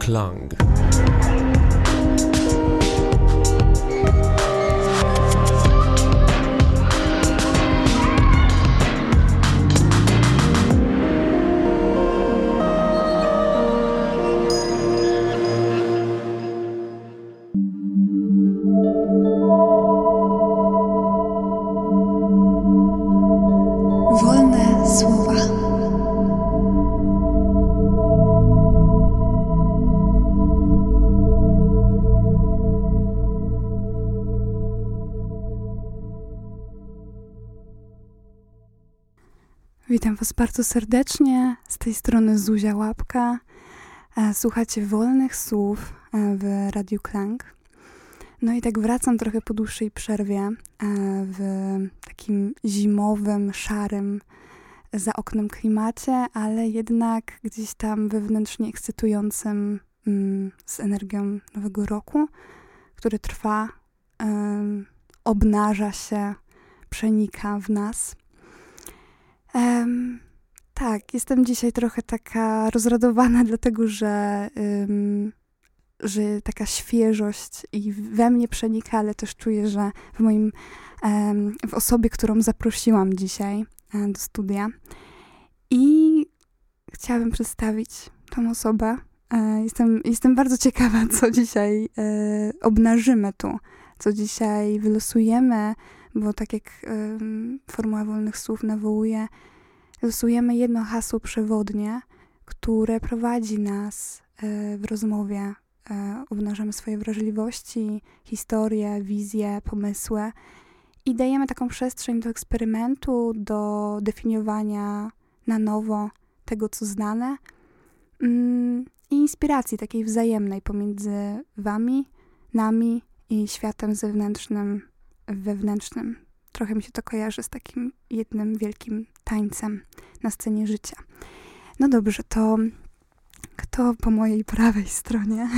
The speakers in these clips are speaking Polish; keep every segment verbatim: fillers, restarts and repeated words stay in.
Klang. Wolne słowa. Witam Was bardzo serdecznie. Z tej strony Zuzia Łapka. Słuchacie Wolnych Słów w Radiu Klang. No i tak wracam trochę po dłuższej przerwie w takim zimowym, szarym za oknem klimacie, ale jednak gdzieś tam wewnętrznie ekscytującym mm, z energią nowego roku, który trwa, um, obnaża się, przenika w nas. Um, tak, jestem dzisiaj trochę taka rozradowana, dlatego że, um, że taka świeżość i we mnie przenika, ale też czuję, że w moim, um, w osobie, którą zaprosiłam dzisiaj um, do studia. I chciałabym przedstawić tą osobę. Um, jestem, jestem bardzo ciekawa, co dzisiaj um, obnażymy tu, co dzisiaj wylosujemy, bo tak jak um, formuła Wolnych Słów nawołuje, losujemy jedno hasło przewodnie, które prowadzi nas y, w rozmowie. Y, obnażamy swoje wrażliwości, historie, wizje, pomysły i dajemy taką przestrzeń do eksperymentu, do definiowania na nowo tego, co znane mm, i inspiracji takiej wzajemnej pomiędzy Wami, nami i światem zewnętrznym, wewnętrznym. Trochę mi się to kojarzy z takim jednym wielkim tańcem na scenie życia. No dobrze, to kto po mojej prawej stronie?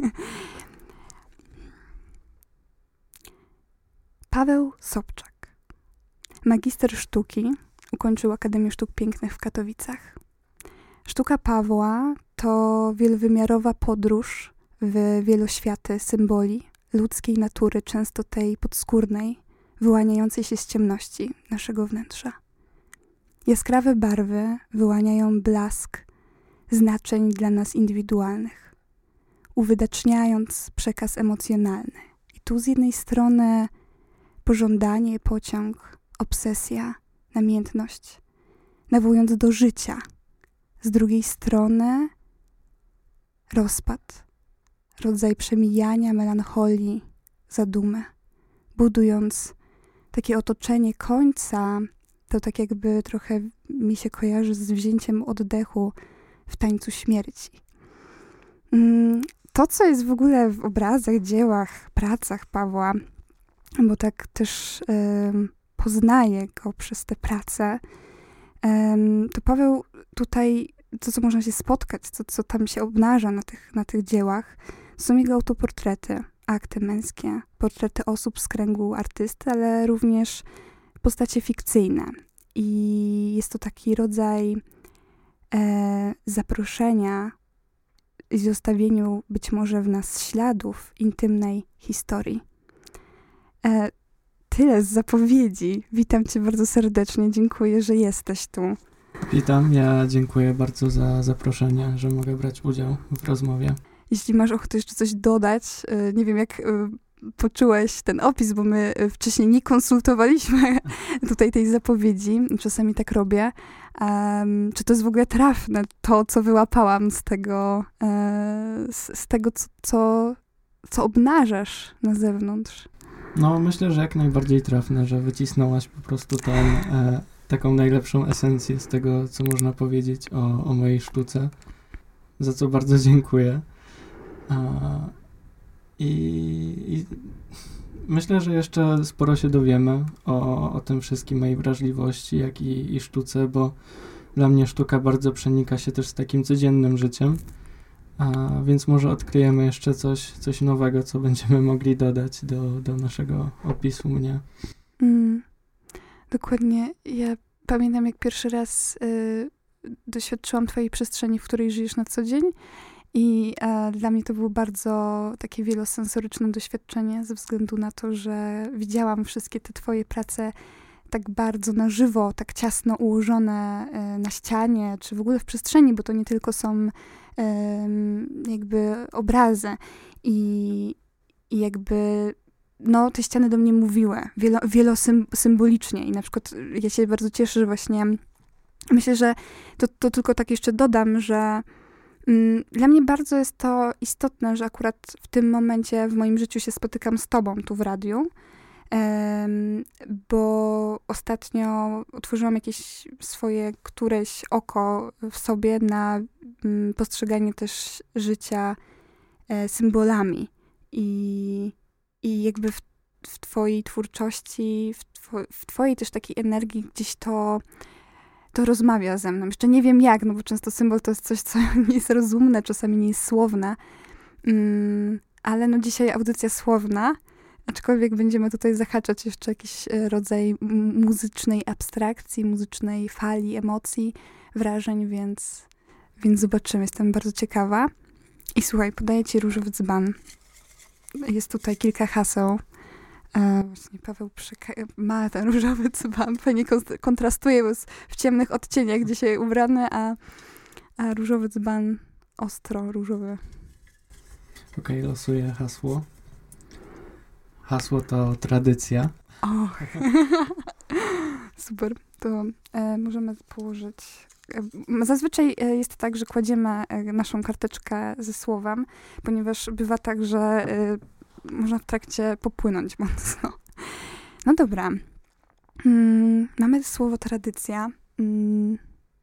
Paweł Sobczak. Magister sztuki, ukończył Akademię Sztuk Pięknych w Katowicach. Sztuka Pawła to wielowymiarowa podróż w wieloświaty symboli ludzkiej natury, często tej podskórnej, wyłaniającej się z ciemności naszego wnętrza. Jaskrawe barwy wyłaniają blask znaczeń dla nas indywidualnych, uwydaczniając przekaz emocjonalny. I tu z jednej strony pożądanie, pociąg, obsesja, namiętność, nawołując do życia. Z drugiej strony rozpad, rodzaj przemijania, melancholii, zadumy, budując takie otoczenie końca, to tak jakby trochę mi się kojarzy z wzięciem oddechu w tańcu śmierci. To, co jest w ogóle w obrazach, dziełach, pracach Pawła, bo tak też um, poznaję go przez te prace, um, to Paweł tutaj, to co można się spotkać, to co tam się obnaża na tych, na tych dziełach, są jego autoportrety, akty męskie, portrety osób z kręgu artysty, ale również postacie fikcyjne. I jest to taki rodzaj e, zaproszenia i zostawieniu być może w nas śladów intymnej historii. E, tyle z zapowiedzi. Witam Cię bardzo serdecznie. Dziękuję, że jesteś tu. Witam. Ja dziękuję bardzo za zaproszenie, że mogę brać udział w rozmowie. Jeśli masz ochotę jeszcze coś dodać, e, nie wiem jak e, poczułeś ten opis, bo my wcześniej nie konsultowaliśmy tutaj tej zapowiedzi. Czasami tak robię. Um, czy to jest w ogóle trafne, to, co wyłapałam z tego, e, z, z tego co, co, co obnażasz na zewnątrz? No, myślę, że jak najbardziej trafne, że wycisnęłaś po prostu tą e, taką najlepszą esencję z tego, co można powiedzieć o, o mojej sztuce, za co bardzo dziękuję. A, i, I myślę, że jeszcze sporo się dowiemy o, o tym wszystkim, mojej wrażliwości, jak i, i sztuce, bo dla mnie sztuka bardzo przenika się też z takim codziennym życiem, a więc może odkryjemy jeszcze coś, coś nowego, co będziemy mogli dodać do, do naszego opisu mnie. Mm, dokładnie. Ja pamiętam, jak pierwszy raz y, doświadczyłam twojej przestrzeni, w której żyjesz na co dzień I e, dla mnie to było bardzo takie wielosensoryczne doświadczenie ze względu na to, że widziałam wszystkie te twoje prace tak bardzo na żywo, tak ciasno ułożone e, na ścianie, czy w ogóle w przestrzeni, bo to nie tylko są e, jakby obrazy. I, i jakby no, te ściany do mnie mówiły wielo, wielosymbolicznie. I na przykład ja się bardzo cieszę, że właśnie myślę, że to, to tylko tak jeszcze dodam, że mm, dla mnie bardzo jest to istotne, że akurat w tym momencie w moim życiu się spotykam z tobą tu w radiu, em, bo ostatnio otworzyłam jakieś swoje któreś oko w sobie na mm, postrzeganie też życia e, symbolami. I, i jakby w, w twojej twórczości, w, two, w twojej też takiej energii gdzieś to to rozmawia ze mną. Jeszcze nie wiem jak, no bo często symbol to jest coś, co nie jest rozumne, czasami nie jest słowne. Mm, ale no dzisiaj audycja słowna, aczkolwiek będziemy tutaj zahaczać jeszcze jakiś rodzaj muzycznej abstrakcji, muzycznej fali, emocji, wrażeń, więc, więc zobaczymy. Jestem bardzo ciekawa. I słuchaj, podaję ci różowy dzban. Jest tutaj kilka haseł. E, właśnie Paweł przyka- ma ten różowy dzban, fajnie kontrastuje, bo jest w ciemnych odcieniach dzisiaj ubrany, a, a różowy dzban ostro różowy. Okej, okay, losuję hasło. Hasło to tradycja. Och, super. To e, możemy położyć. E, zazwyczaj e, jest tak, że kładziemy e, naszą karteczkę ze słowem, ponieważ bywa tak, że e, można w trakcie popłynąć mocno. No dobra. Mm, mamy słowo tradycja. Mm.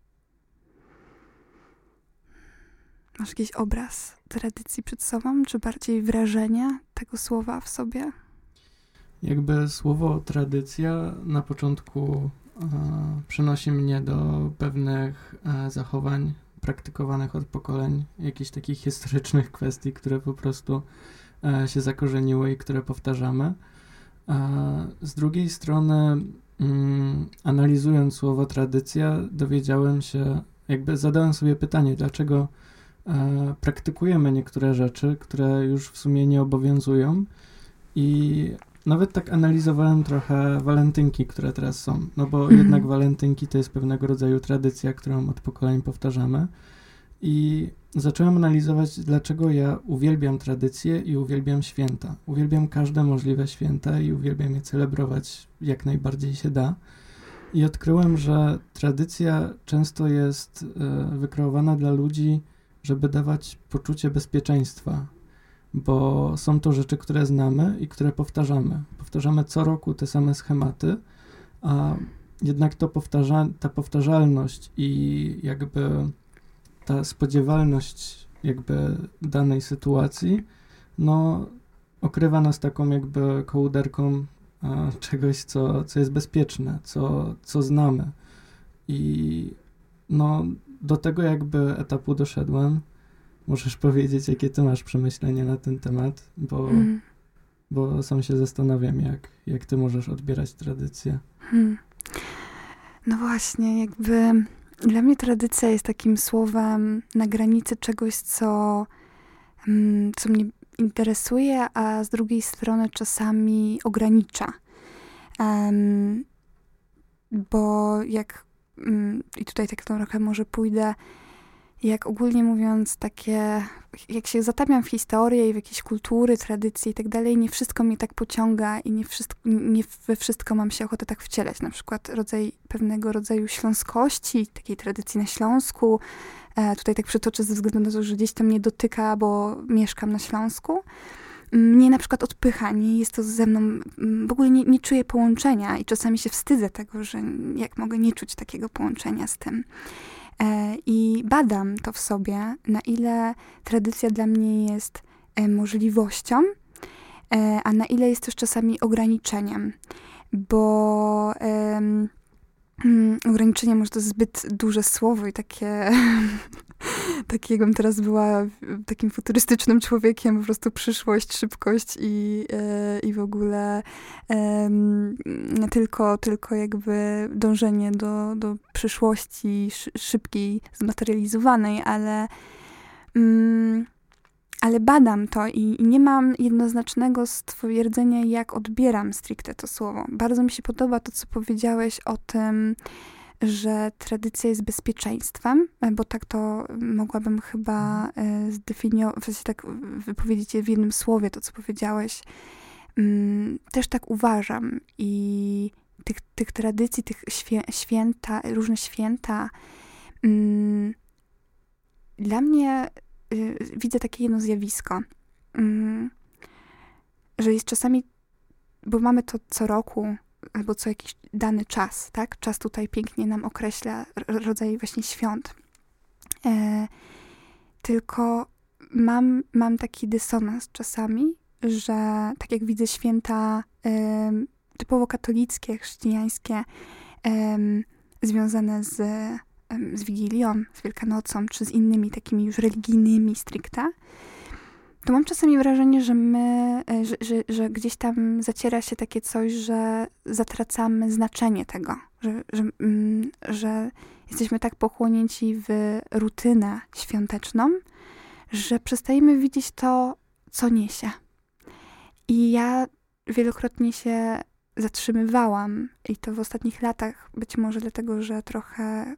Masz jakiś obraz tradycji przed sobą, czy bardziej wrażenie tego słowa w sobie? Jakby słowo tradycja na początku e, przenosi mnie do pewnych e, zachowań praktykowanych od pokoleń, jakichś takich historycznych kwestii, które po prostu e, się zakorzeniły i które powtarzamy. E, z drugiej strony, mm, analizując słowo tradycja, dowiedziałem się, jakby zadałem sobie pytanie, dlaczego e, praktykujemy niektóre rzeczy, które już w sumie nie obowiązują, i nawet tak analizowałem trochę walentynki, które teraz są, no bo mhm. jednak walentynki to jest pewnego rodzaju tradycja, którą od pokoleń powtarzamy, i zacząłem analizować, dlaczego ja uwielbiam tradycje i uwielbiam święta. Uwielbiam każde możliwe święta i uwielbiam je celebrować jak najbardziej się da. I odkryłem, że tradycja często jest e, wykreowana dla ludzi, żeby dawać poczucie bezpieczeństwa, bo są to rzeczy, które znamy i które powtarzamy. Powtarzamy co roku te same schematy, a jednak to powtarza, ta powtarzalność i jakby ta spodziewalność jakby danej sytuacji, no okrywa nas taką jakby kołderką a, czegoś, co, co jest bezpieczne, co, co znamy. I no do tego jakby etapu doszedłem. Możesz powiedzieć, jakie ty masz przemyślenia na ten temat, bo, hmm. bo sam się zastanawiam, jak, jak ty możesz odbierać tradycję. Hmm. No właśnie, jakby dla mnie tradycja jest takim słowem na granicy czegoś, co, co mnie interesuje, a z drugiej strony czasami ogranicza. Um, bo jak, um, i tutaj tak trochę może pójdę, jak ogólnie mówiąc takie, jak się zatapiam w historię i w jakieś kultury, tradycje i tak dalej, nie wszystko mnie tak pociąga i nie, wszystko, nie we wszystko mam się ochotę tak wcielać. Na przykład rodzaj, pewnego rodzaju śląskości, takiej tradycji na Śląsku. E, tutaj tak przytoczę ze względu na to, że gdzieś to mnie dotyka, bo mieszkam na Śląsku. Mnie na przykład odpycha, nie jest to ze mną, w ogóle nie, nie czuję połączenia i czasami się wstydzę tego, że jak mogę nie czuć takiego połączenia z tym. I badam to w sobie, na ile tradycja dla mnie jest możliwością, a na ile jest też czasami ograniczeniem, bo um, ograniczenie może to zbyt duże słowo i takie, tak jakbym teraz była takim futurystycznym człowiekiem, po prostu przyszłość, szybkość i, i w ogóle um, tylko, tylko jakby dążenie do, do przyszłości sz, szybkiej, zmaterializowanej, ale Mm, ale badam to i, i nie mam jednoznacznego stwierdzenia, jak odbieram stricte to słowo. Bardzo mi się podoba to, co powiedziałeś o tym, że tradycja jest bezpieczeństwem, bo tak to mogłabym chyba e, zdefiniować, w sensie tak wypowiedzieć je w jednym słowie, to co powiedziałeś. Mm, też tak uważam i tych, tych tradycji, tych świę, święta, różne święta, mm, dla mnie y, widzę takie jedno zjawisko, y, że jest czasami, bo mamy to co roku, albo co jakiś dany czas, tak? Czas tutaj pięknie nam określa r- rodzaj właśnie świąt. E, tylko mam, mam taki dysonans czasami, że tak jak widzę święta y, typowo katolickie, chrześcijańskie, y, związane z z Wigilią, z Wielkanocą, czy z innymi takimi już religijnymi stricte, to mam czasami wrażenie, że my, że, że, że gdzieś tam zaciera się takie coś, że zatracamy znaczenie tego, że, że, mm, że jesteśmy tak pochłonięci w rutynę świąteczną, że przestajemy widzieć to, co niesie. I ja wielokrotnie się zatrzymywałam i to w ostatnich latach, być może dlatego, że trochę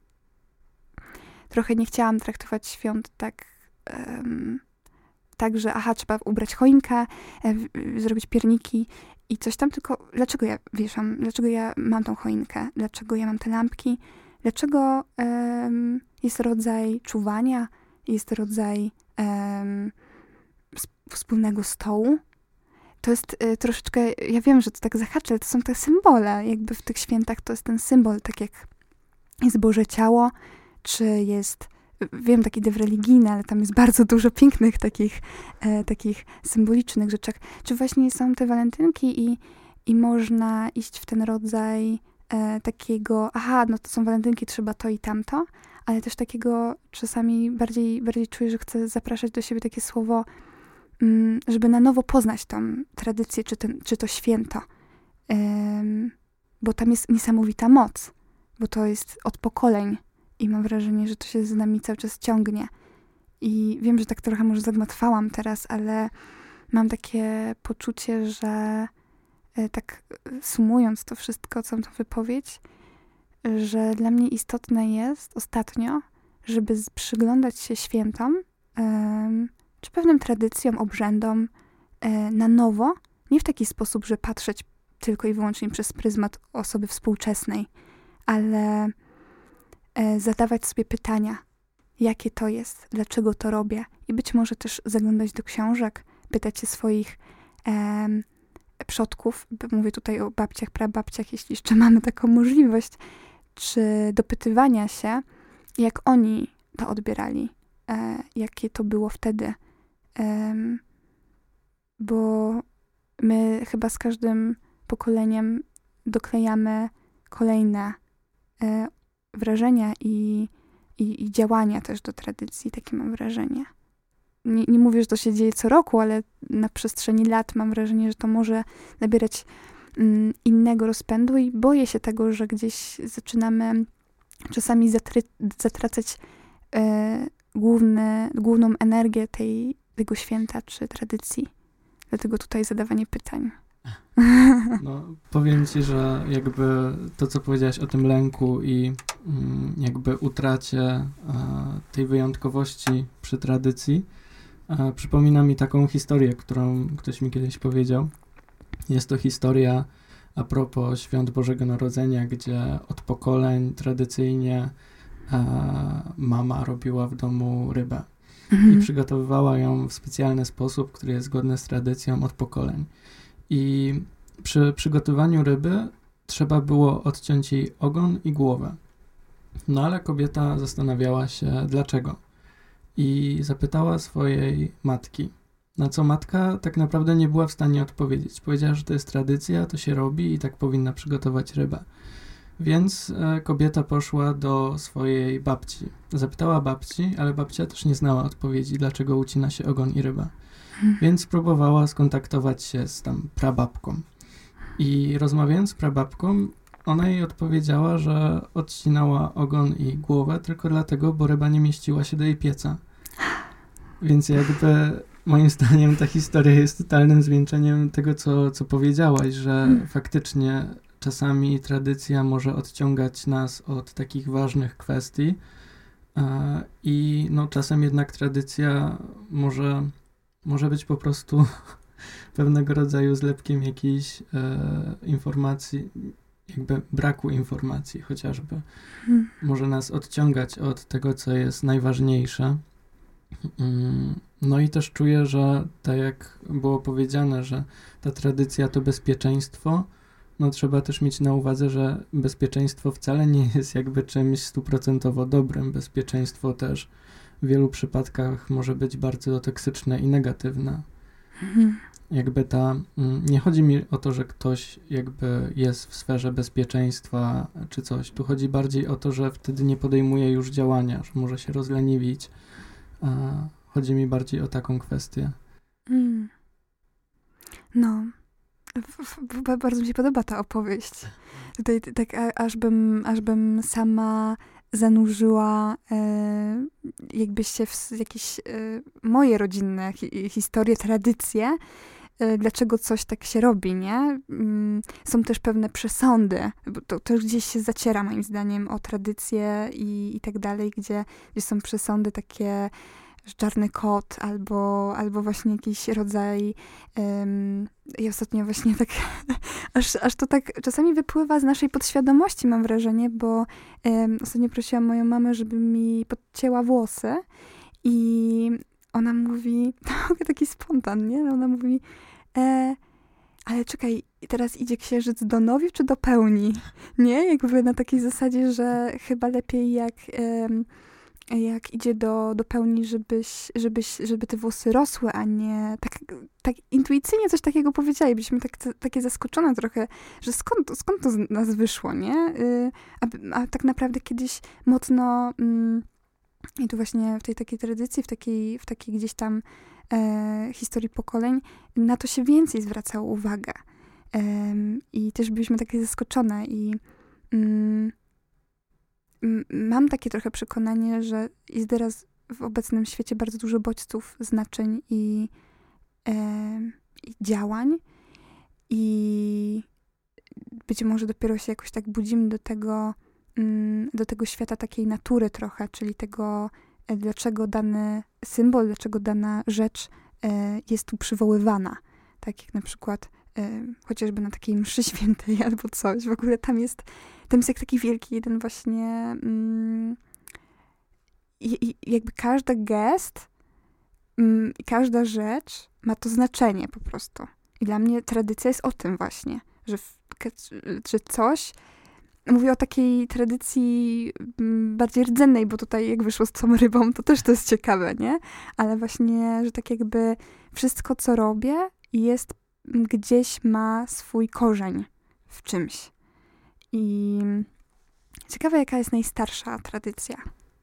Trochę nie chciałam traktować świąt tak, um, tak, że aha, trzeba ubrać choinkę, e, w, zrobić pierniki i coś tam, tylko dlaczego ja wieszam, dlaczego ja mam tą choinkę, dlaczego ja mam te lampki, dlaczego um, jest rodzaj czuwania, jest rodzaj um, wspólnego stołu. To jest y, troszeczkę, ja wiem, że to tak zahacza, ale to są te symbole, jakby w tych świętach to jest ten symbol, tak jak jest Boże Ciało, czy jest, wiem, taki dew religijny, ale tam jest bardzo dużo pięknych takich, e, takich symbolicznych rzeczach. Czy właśnie są te walentynki i, i można iść w ten rodzaj e, takiego, aha, no to są walentynki, trzeba to i tamto, ale też takiego czasami bardziej, bardziej czuję, że chcę zapraszać do siebie takie słowo, mm, żeby na nowo poznać tą tradycję, czy, ten, czy to święto. Ym, bo tam jest niesamowita moc, bo to jest od pokoleń. I mam wrażenie, że to się z nami cały czas ciągnie. I wiem, że tak trochę może zagmatwałam teraz, ale mam takie poczucie, że e, tak sumując to wszystko, całą tą wypowiedź, że dla mnie istotne jest ostatnio, żeby z- przyglądać się świętom, em, czy pewnym tradycjom, obrzędom e, na nowo, nie w taki sposób, że patrzeć tylko i wyłącznie przez pryzmat osoby współczesnej, ale e, zadawać sobie pytania, jakie to jest, dlaczego to robię i być może też zaglądać do książek, pytać się swoich em, przodków, b- mówię tutaj o babciach, prababciach, jeśli jeszcze mamy taką możliwość, czy dopytywania się, jak oni to odbierali, e, jakie to było wtedy. Em, bo my chyba z każdym pokoleniem doklejamy kolejne e, wrażenia i, i, i działania też do tradycji, takie mam wrażenie. Nie, nie mówię, że to się dzieje co roku, ale na przestrzeni lat mam wrażenie, że to może nabierać mm, innego rozpędu i boję się tego, że gdzieś zaczynamy czasami zatry- zatracać e, główny, główną energię tej, tego święta czy tradycji. Dlatego tutaj zadawanie pytań. No, powiem ci, że jakby to, co powiedziałaś o tym lęku i mm, jakby utracie e, tej wyjątkowości przy tradycji, e, przypomina mi taką historię, którą ktoś mi kiedyś powiedział. Jest to historia a propos Świąt Bożego Narodzenia, gdzie od pokoleń tradycyjnie e, mama robiła w domu rybę i przygotowywała ją w specjalny sposób, który jest zgodny z tradycją od pokoleń. I przy przygotowaniu ryby trzeba było odciąć jej ogon i głowę. No ale kobieta zastanawiała się, dlaczego. I zapytała swojej matki, na co matka tak naprawdę nie była w stanie odpowiedzieć. Powiedziała, że to jest tradycja, to się robi i tak powinna przygotować rybę. Więc e, kobieta poszła do swojej babci. Zapytała babci, ale babcia też nie znała odpowiedzi, dlaczego ucina się ogon i ryba. Więc spróbowała skontaktować się z tam prababką. I rozmawiając z prababką, ona jej odpowiedziała, że odcinała ogon i głowę tylko dlatego, bo ryba nie mieściła się do jej pieca. więc jakby moim zdaniem ta historia jest totalnym zwieńczeniem tego, co, co powiedziałaś, że hmm. faktycznie czasami tradycja może odciągać nas od takich ważnych kwestii i no czasem jednak tradycja może, może być po prostu pewnego rodzaju zlepkiem jakiejś e, informacji, jakby braku informacji chociażby. Hmm. Może nas odciągać od tego, co jest najważniejsze. No i też czuję, że tak jak było powiedziane, że ta tradycja to bezpieczeństwo, no trzeba też mieć na uwadze, że bezpieczeństwo wcale nie jest jakby czymś stuprocentowo dobrym. Bezpieczeństwo też w wielu przypadkach może być bardzo toksyczne i negatywne. Mhm. Jakby ta, nie chodzi mi o to, że ktoś jakby jest w sferze bezpieczeństwa czy coś. Tu chodzi bardziej o to, że wtedy nie podejmuje już działania, że może się rozleniwić. Chodzi mi bardziej o taką kwestię. Mm. No. Bardzo mi się podoba ta opowieść. Tutaj tak aż bym, aż bym sama zanurzyła e, jakby się w jakieś e, moje rodzinne hi, historie, tradycje, e, dlaczego coś tak się robi, nie? Mm, są też pewne przesądy, bo to, to już gdzieś się zaciera moim zdaniem o tradycje i, i tak dalej, gdzie, gdzie są przesądy takie czarny kot, albo, albo właśnie jakiś rodzaj um, i ostatnio właśnie tak aż, aż to tak czasami wypływa z naszej podświadomości, mam wrażenie, bo um, ostatnio prosiłam moją mamę, żeby mi podcięła włosy i ona mówi, taki spontan, nie? Ona mówi, e, ale czekaj, teraz idzie księżyc do nowiu czy do pełni? Nie? Jakby na takiej zasadzie, że chyba lepiej jak um, jak idzie do, do pełni, żebyś, żebyś, żeby te włosy rosły, a nie tak, tak intuicyjnie coś takiego powiedzieli. Byliśmy tak, takie zaskoczone trochę, że skąd, skąd to z nas wyszło, nie? A, a tak naprawdę kiedyś mocno mm, i tu właśnie w tej takiej tradycji, w takiej, w takiej gdzieś tam e, historii pokoleń, na to się więcej zwracało uwagę. E, I też byliśmy takie zaskoczone i mm, mam takie trochę przekonanie, że jest teraz w obecnym świecie bardzo dużo bodźców, znaczeń i, e, i działań i być może dopiero się jakoś tak budzimy do tego, mm, do tego świata takiej natury trochę, czyli tego, e, dlaczego dany symbol, dlaczego dana rzecz e, jest tu przywoływana. Tak jak na przykład e, chociażby na takiej mszy świętej albo coś. W ogóle tam jest Tam jest jak taki wielki jeden właśnie mm, i, i jakby każdy gest mm, i każda rzecz ma to znaczenie po prostu. I dla mnie tradycja jest o tym właśnie, że, w, że coś, mówię o takiej tradycji mm, bardziej rdzennej, bo tutaj jak wyszło z tą rybą, to też to jest ciekawe, nie? Ale właśnie, że tak jakby wszystko, co robię, jest gdzieś ma swój korzeń w czymś. I ciekawe, jaka jest najstarsza tradycja.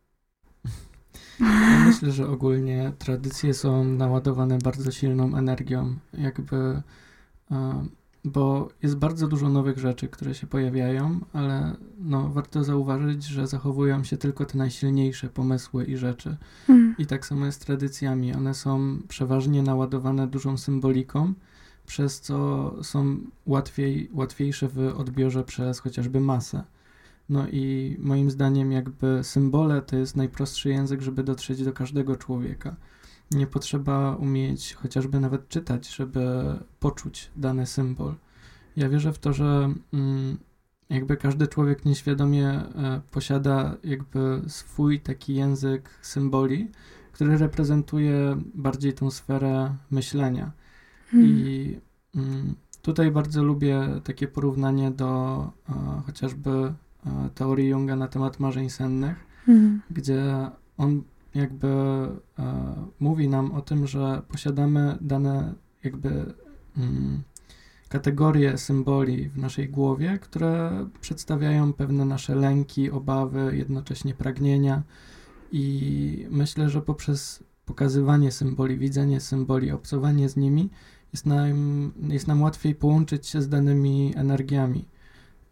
Ja myślę, że ogólnie tradycje są naładowane bardzo silną energią, jakby, bo jest bardzo dużo nowych rzeczy, które się pojawiają, ale no, warto zauważyć, że zachowują się tylko te najsilniejsze pomysły i rzeczy. Hmm. I tak samo jest z tradycjami. One są przeważnie naładowane dużą symboliką, przez co są łatwiej, łatwiejsze w odbiorze przez chociażby masę. No i moim zdaniem jakby symbole to jest najprostszy język, żeby dotrzeć do każdego człowieka. Nie potrzeba umieć chociażby nawet czytać, żeby poczuć dany symbol. Ja wierzę w to, że mm, jakby każdy człowiek nieświadomie e, posiada jakby swój taki język symboli, który reprezentuje bardziej tą sferę myślenia. Hmm. I mm, tutaj bardzo lubię takie porównanie do e, chociażby e, teorii Junga na temat marzeń sennych, hmm. gdzie on jakby e, mówi nam o tym, że posiadamy dane jakby mm, kategorie symboli w naszej głowie, które przedstawiają pewne nasze lęki, obawy, jednocześnie pragnienia i myślę, że poprzez pokazywanie symboli, widzenie symboli, obcowanie z nimi jest nam, jest nam łatwiej połączyć się z danymi energiami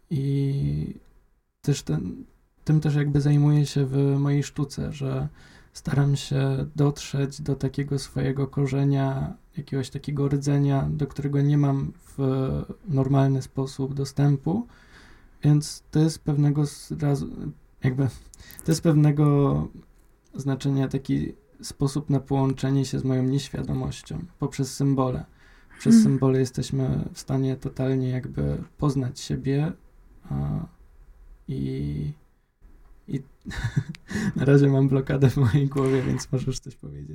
i też ten, tym też jakby zajmuję się w mojej sztuce, że staram się dotrzeć do takiego swojego korzenia, jakiegoś takiego rdzenia, do którego nie mam w normalny sposób dostępu, więc to jest pewnego zrazu, jakby, to jest pewnego znaczenia taki sposób na połączenie się z moją nieświadomością poprzez symbole. Przez Hmm. symbole jesteśmy w stanie totalnie jakby poznać siebie a, i, i na razie mam blokadę w mojej głowie, więc możesz coś powiedzieć.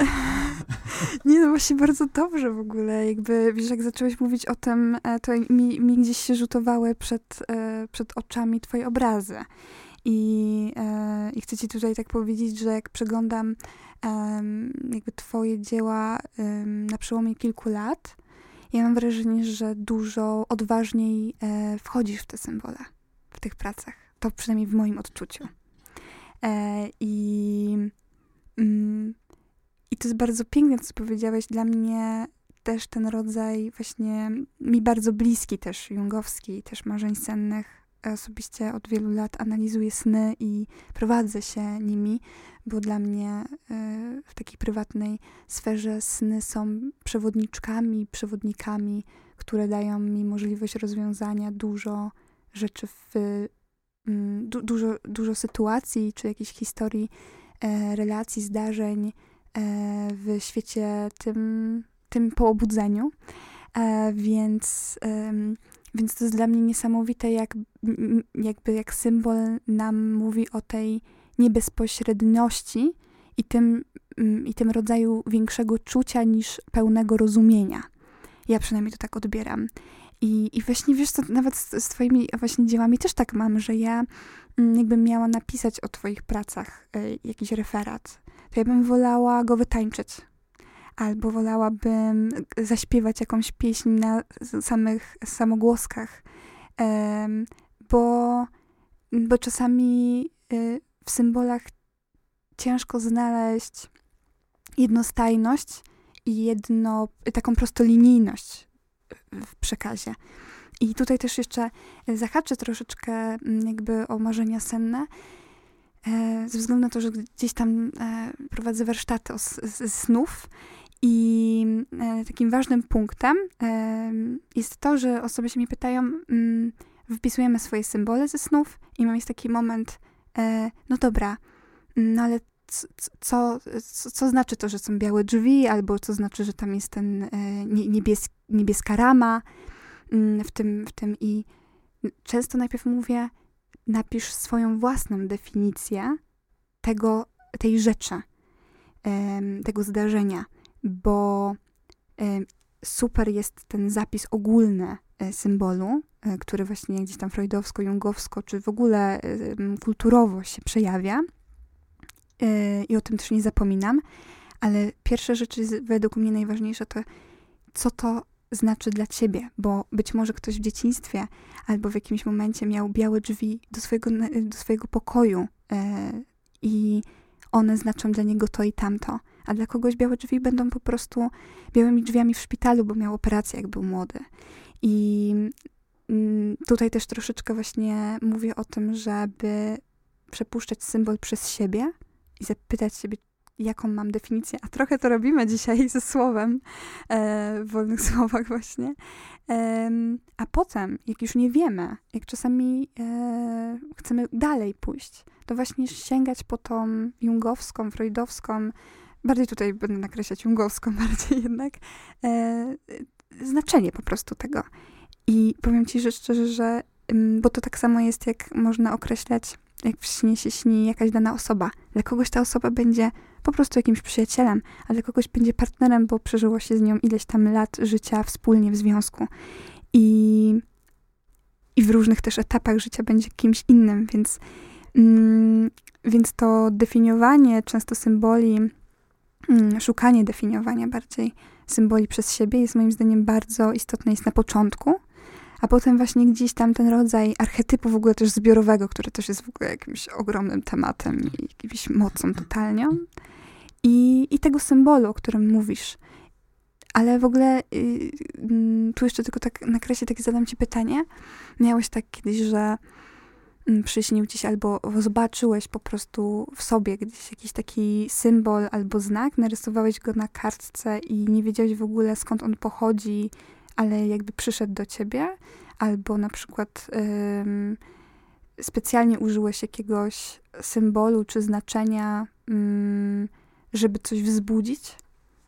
Nie, no właśnie bardzo dobrze w ogóle, jakby, wiesz, jak zacząłeś mówić o tym, e, to mi, mi gdzieś się rzutowały przed, e, przed oczami twoje obrazy. I, e, I chcę ci tutaj tak powiedzieć, że jak przeglądam em, jakby twoje dzieła em, na przełomie kilku lat, ja mam wrażenie, że dużo odważniej e, wchodzisz w te symbole, w tych pracach. To przynajmniej w moim odczuciu. E, I... Mm, I to jest bardzo piękne, co powiedziałeś. Dla mnie też ten rodzaj właśnie mi bardzo bliski też, jungowski, też marzeń sennych. Osobiście od wielu lat analizuję sny i prowadzę się nimi, bo dla mnie y, w takiej prywatnej sferze sny są przewodniczkami, przewodnikami, które dają mi możliwość rozwiązania dużo rzeczy w y, du, dużo, dużo sytuacji, czy jakichś historii, y, relacji, zdarzeń, w świecie tym, tym po obudzeniu. E, więc, um, więc to jest dla mnie niesamowite, jak, jakby jak symbol nam mówi o tej niebezpośredności i tym, um, i tym rodzaju większego czucia niż pełnego rozumienia. Ja przynajmniej to tak odbieram. I, i właśnie, wiesz co, nawet z, z twoimi właśnie dziełami też tak mam, że ja um, jakbym miała napisać o twoich pracach y, jakiś referat, to ja bym wolała go wytańczyć. Albo wolałabym zaśpiewać jakąś pieśń na samych samogłoskach. Um, bo, bo czasami y, w symbolach ciężko znaleźć jednostajność i jedno, taką prostolinijność w przekazie. I tutaj też jeszcze zahaczę troszeczkę jakby o marzenia senne, ze względu na to, że gdzieś tam e, prowadzę warsztaty o s- s- snów i e, takim ważnym punktem e, jest to, że osoby się mnie pytają, mm, wpisujemy swoje symbole ze snów i mam jest taki moment, e, no dobra, no ale c- c- co, co, co znaczy to, że są białe drzwi, albo co znaczy, że tam jest ten e, niebies- niebieska rama mm, w tym, w tym i często najpierw mówię, napisz swoją własną definicję tego, tej rzeczy, um, tego zdarzenia, bo um, super jest ten zapis ogólny e, symbolu, e, który właśnie gdzieś tam freudowsko, jungowsko, czy w ogóle e, kulturowo się przejawia. E, I o tym też nie zapominam, ale pierwsza rzecz jest według mnie najważniejsza, to co to znaczy dla ciebie, bo być może ktoś w dzieciństwie albo w jakimś momencie miał białe drzwi do swojego, do swojego pokoju e, i one znaczą dla niego to i tamto, a dla kogoś białe drzwi będą po prostu białymi drzwiami w szpitalu, bo miał operację, jak był młody. I mm, tutaj też troszeczkę właśnie mówię o tym, żeby przepuszczać symbol przez siebie i zapytać siebie, jaką mam definicję, a trochę to robimy dzisiaj ze słowem, e, w wolnych słowach właśnie. E, a potem, jak już nie wiemy, jak czasami e, chcemy dalej pójść, to właśnie sięgać po tą jungowską, freudowską, bardziej tutaj będę nakreślać jungowską bardziej jednak, e, znaczenie po prostu tego. I powiem ci, że szczerze, że bo to tak samo jest, jak można określać, jak w śnie się śni jakaś dana osoba. Dla kogoś ta osoba będzie po prostu jakimś przyjacielem, a dla kogoś będzie partnerem, bo przeżyło się z nią ileś tam lat życia wspólnie w związku. I, i w różnych też etapach życia będzie kimś innym, więc, mm, więc to definiowanie często symboli, mm, szukanie definiowania bardziej symboli przez siebie jest moim zdaniem bardzo istotne, jest na początku, a potem właśnie gdzieś tam ten rodzaj archetypu w ogóle też zbiorowego, który też jest w ogóle jakimś ogromnym tematem i jakimś mocą totalnie. I, i tego symbolu, o którym mówisz. Ale w ogóle y, y, tu jeszcze tylko tak na kresie tak zadam ci pytanie. Miałeś tak kiedyś, że mm, przyśnił ci się albo zobaczyłeś po prostu w sobie gdzieś jakiś taki symbol albo znak, narysowałeś go na kartce i nie wiedziałeś w ogóle skąd on pochodzi, ale jakby przyszedł do ciebie, albo na przykład ym, specjalnie użyłeś jakiegoś symbolu czy znaczenia, ym, żeby coś wzbudzić?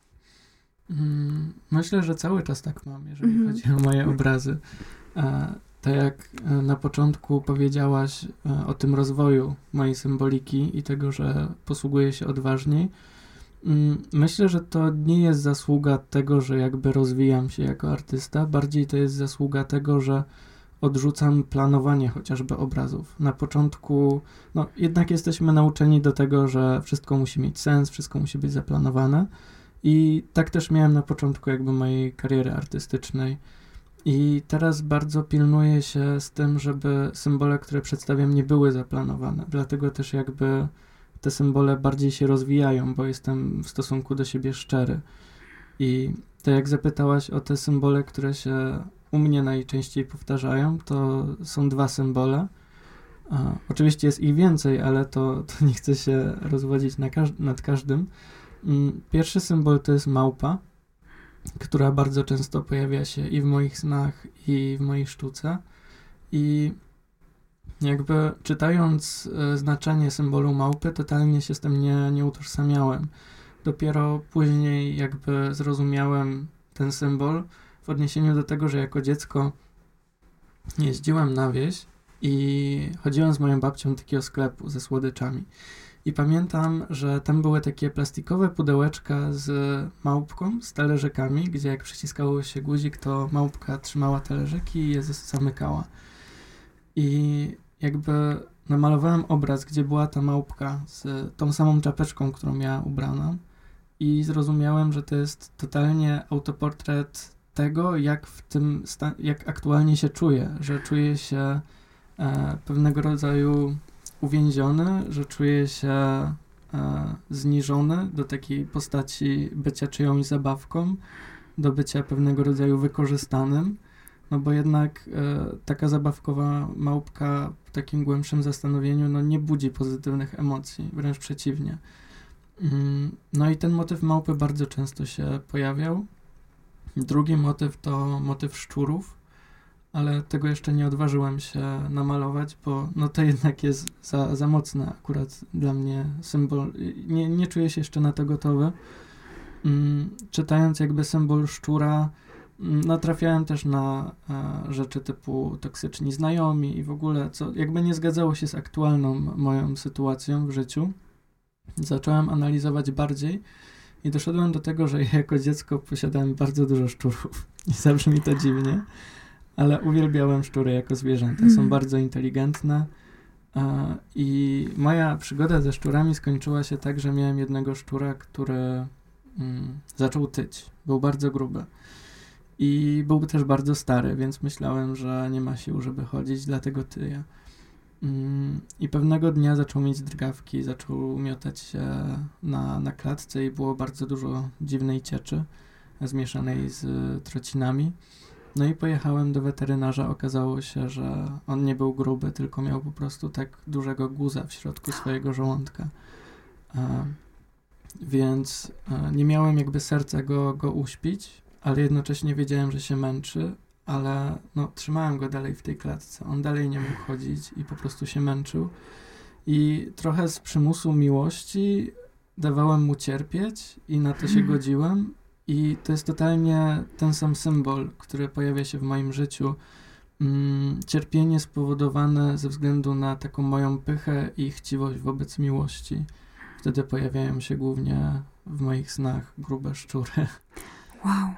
Mm, Myślę, że cały czas tak mam, jeżeli Mhm. chodzi o moje obrazy. E, Tak jak e, na początku powiedziałaś e, o tym rozwoju mojej symboliki i tego, że posługuję się odważniej, mm, myślę, że to nie jest zasługa tego, że jakby rozwijam się jako artysta, bardziej to jest zasługa tego, że odrzucam planowanie chociażby obrazów. Na początku, no jednak jesteśmy nauczeni do tego, że wszystko musi mieć sens, wszystko musi być zaplanowane i tak też miałem na początku jakby mojej kariery artystycznej. I teraz bardzo pilnuję się z tym, żeby symbole, które przedstawiam, nie były zaplanowane. Dlatego też jakby te symbole bardziej się rozwijają, bo jestem w stosunku do siebie szczery. I tak jak zapytałaś o te symbole, które się u mnie najczęściej powtarzają, to są dwa symbole. A, oczywiście jest ich więcej, ale to, to nie chcę się rozwodzić na każ- nad każdym. Mm, Pierwszy symbol to jest małpa, która bardzo często pojawia się i w moich snach, i w mojej sztuce. I jakby czytając e, znaczenie symbolu małpy, totalnie się z tym nie, nie utożsamiałem. Dopiero później jakby zrozumiałem ten symbol w odniesieniu do tego, że jako dziecko jeździłem na wieś i chodziłem z moją babcią do takiego sklepu ze słodyczami. I pamiętam, że tam były takie plastikowe pudełeczka z małpką, z talerzykami, gdzie jak przyciskało się guzik, to małpka trzymała talerzyki i je zamykała. I jakby namalowałem obraz, gdzie była ta małpka z tą samą czapeczką, którą miała ubraną i zrozumiałem, że to jest totalnie autoportret tego, jak w tym, sta- jak aktualnie się czuję, że czuję się e, pewnego rodzaju uwięziony, że czuję się e, zniżony do takiej postaci bycia czyjąś zabawką, do bycia pewnego rodzaju wykorzystanym, no bo jednak e, taka zabawkowa małpka w takim głębszym zastanowieniu no nie budzi pozytywnych emocji, wręcz przeciwnie. Mm, no i ten motyw małpy bardzo często się pojawiał. Drugi motyw to motyw szczurów, ale tego jeszcze nie odważyłem się namalować, bo no to jednak jest za, za mocne akurat dla mnie symbol. Nie, nie czuję się jeszcze na to gotowy. Mm, czytając jakby symbol szczura, mm, natrafiałem też na e, rzeczy typu toksyczni znajomi i w ogóle, co jakby nie zgadzało się z aktualną moją sytuacją w życiu. Zacząłem analizować bardziej i doszedłem do tego, że ja jako dziecko posiadałem bardzo dużo szczurów. I zabrzmi to dziwnie, ale uwielbiałem szczury jako zwierzęta. Są Hmm. bardzo inteligentne. E, I moja przygoda ze szczurami skończyła się tak, że miałem jednego szczura, który mm, zaczął tyć. Był bardzo gruby. I był też bardzo stary, więc myślałem, że nie ma sił, żeby chodzić, dlatego tyję. Mm, I pewnego dnia zaczął mieć drgawki, zaczął miotać się na, na klatce i było bardzo dużo dziwnej cieczy zmieszanej z trocinami. No i pojechałem do weterynarza. Okazało się, że on nie był gruby, tylko miał po prostu tak dużego guza w środku swojego żołądka. E, więc e, nie miałem jakby serca go, go uśpić, ale jednocześnie wiedziałem, że się męczy, ale no, trzymałem go dalej w tej klatce. On dalej nie mógł chodzić i po prostu się męczył. I trochę z przymusu miłości dawałem mu cierpieć i na to się godziłem. I to jest totalnie ten sam symbol, który pojawia się w moim życiu. Mm, cierpienie spowodowane ze względu na taką moją pychę i chciwość wobec miłości. Wtedy pojawiają się głównie w moich snach grube szczury. Wow.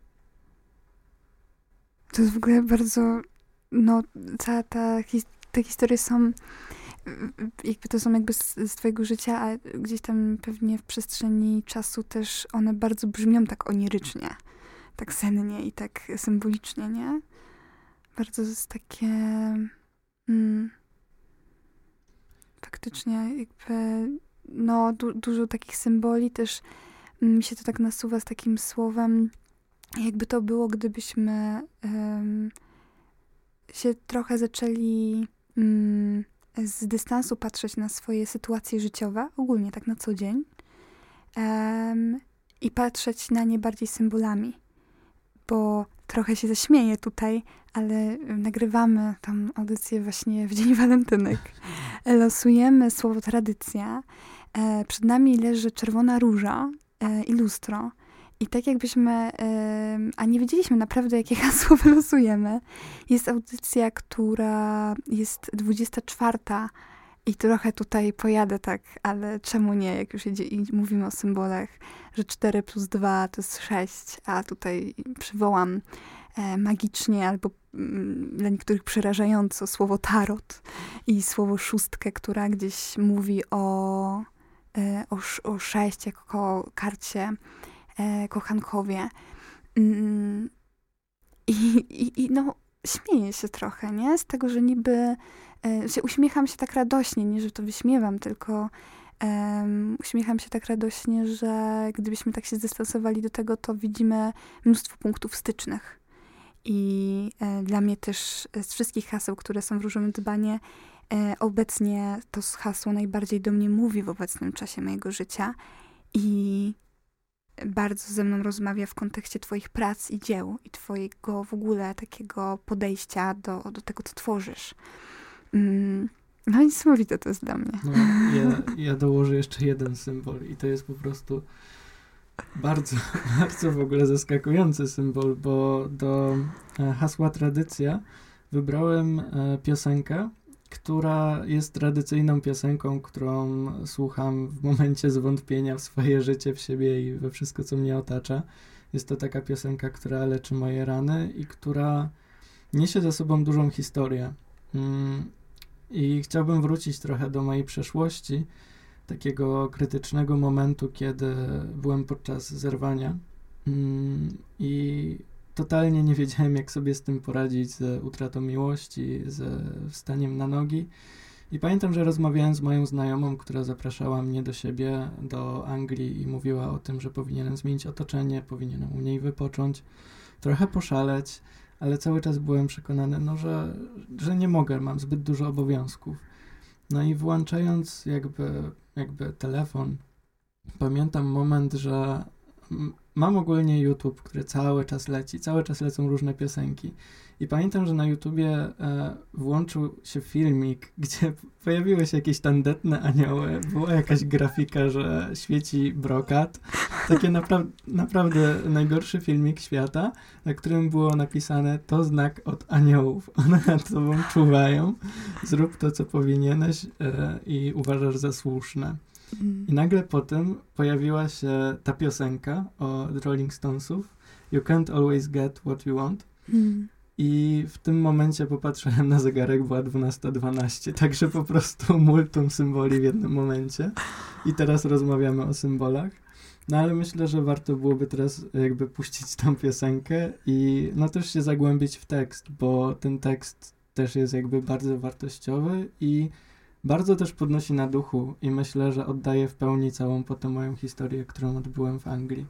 To jest w ogóle bardzo, no, cała ta, his- te historie są, jakby to są jakby z, z twojego życia, a gdzieś tam pewnie w przestrzeni czasu też one bardzo brzmią tak onirycznie, tak sennie i tak symbolicznie, nie? Bardzo jest takie, mm, faktycznie jakby, no, du- dużo takich symboli też mi się to tak nasuwa z takim słowem, jakby to było, gdybyśmy um, się trochę zaczęli um, z dystansu patrzeć na swoje sytuacje życiowe, ogólnie tak na co dzień, um, i patrzeć na nie bardziej symbolami. Bo trochę się zaśmieję tutaj, ale nagrywamy tam audycję właśnie w Dzień Walentynek. Losujemy słowo tradycja. E, przed nami leży czerwona róża e, i lustro. I tak jakbyśmy, e, a nie wiedzieliśmy naprawdę, jakie hasło wylosujemy. Jest audycja, która jest dwudziesta czwarta i trochę tutaj pojadę tak, ale czemu nie, jak już idzie, i mówimy o symbolach, że cztery plus dwa to jest sześć, a tutaj przywołam e, magicznie albo mm, dla niektórych przerażająco słowo tarot i słowo szóstkę, która gdzieś mówi o, e, o, o sześć jako karcie e, kochankowie. Mm, i, i, I no śmieję się trochę, nie? Z tego, że niby się uśmiecham się tak radośnie, nie, że to wyśmiewam, tylko um, uśmiecham się tak radośnie, że gdybyśmy tak się zdystansowali do tego, to widzimy mnóstwo punktów stycznych. I e, dla mnie też z wszystkich haseł, które są w Różowym Dzbanie, e, obecnie to hasło najbardziej do mnie mówi w obecnym czasie mojego życia i bardzo ze mną rozmawia w kontekście twoich prac i dzieł i twojego w ogóle takiego podejścia do, do tego, co tworzysz. No niesamowite to jest dla mnie. No, ja, ja dołożę jeszcze jeden symbol i to jest po prostu bardzo, bardzo w ogóle zaskakujący symbol, bo do hasła tradycja wybrałem piosenkę, która jest tradycyjną piosenką, którą słucham w momencie zwątpienia w swoje życie, w siebie i we wszystko, co mnie otacza. Jest to taka piosenka, która leczy moje rany i która niesie ze sobą dużą historię. I chciałbym wrócić trochę do mojej przeszłości, takiego krytycznego momentu, kiedy byłem podczas zerwania i totalnie nie wiedziałem, jak sobie z tym poradzić, z utratą miłości, z wstaniem na nogi. I pamiętam, że rozmawiałem z moją znajomą, która zapraszała mnie do siebie, do Anglii i mówiła o tym, że powinienem zmienić otoczenie, powinienem u niej wypocząć, trochę poszaleć, ale cały czas byłem przekonany, no, że, że nie mogę, mam zbyt dużo obowiązków. No i włączając jakby, jakby telefon, pamiętam moment, że mam ogólnie YouTube, który cały czas leci, cały czas lecą różne piosenki. I pamiętam, że na YouTubie e, włączył się filmik, gdzie pojawiły się jakieś tandetne anioły, była jakaś grafika, że świeci brokat. Taki napra- naprawdę najgorszy filmik świata, na którym było napisane: to znak od aniołów. One nad tobą czuwają, zrób to, co powinieneś e, i uważasz za słuszne. I nagle potem pojawiła się ta piosenka od Rolling Stonesów, You can't always get what you want. Mm. I w tym momencie popatrzyłem na zegarek, była dwunasta dwanaście, także po prostu multum symboli w jednym momencie. I teraz rozmawiamy o symbolach. No ale myślę, że warto byłoby teraz jakby puścić tą piosenkę i no też się zagłębić w tekst, bo ten tekst też jest jakby bardzo wartościowy i bardzo też podnosi na duchu i myślę, że oddaje w pełni całą potem moją historię, którą odbyłem w Anglii.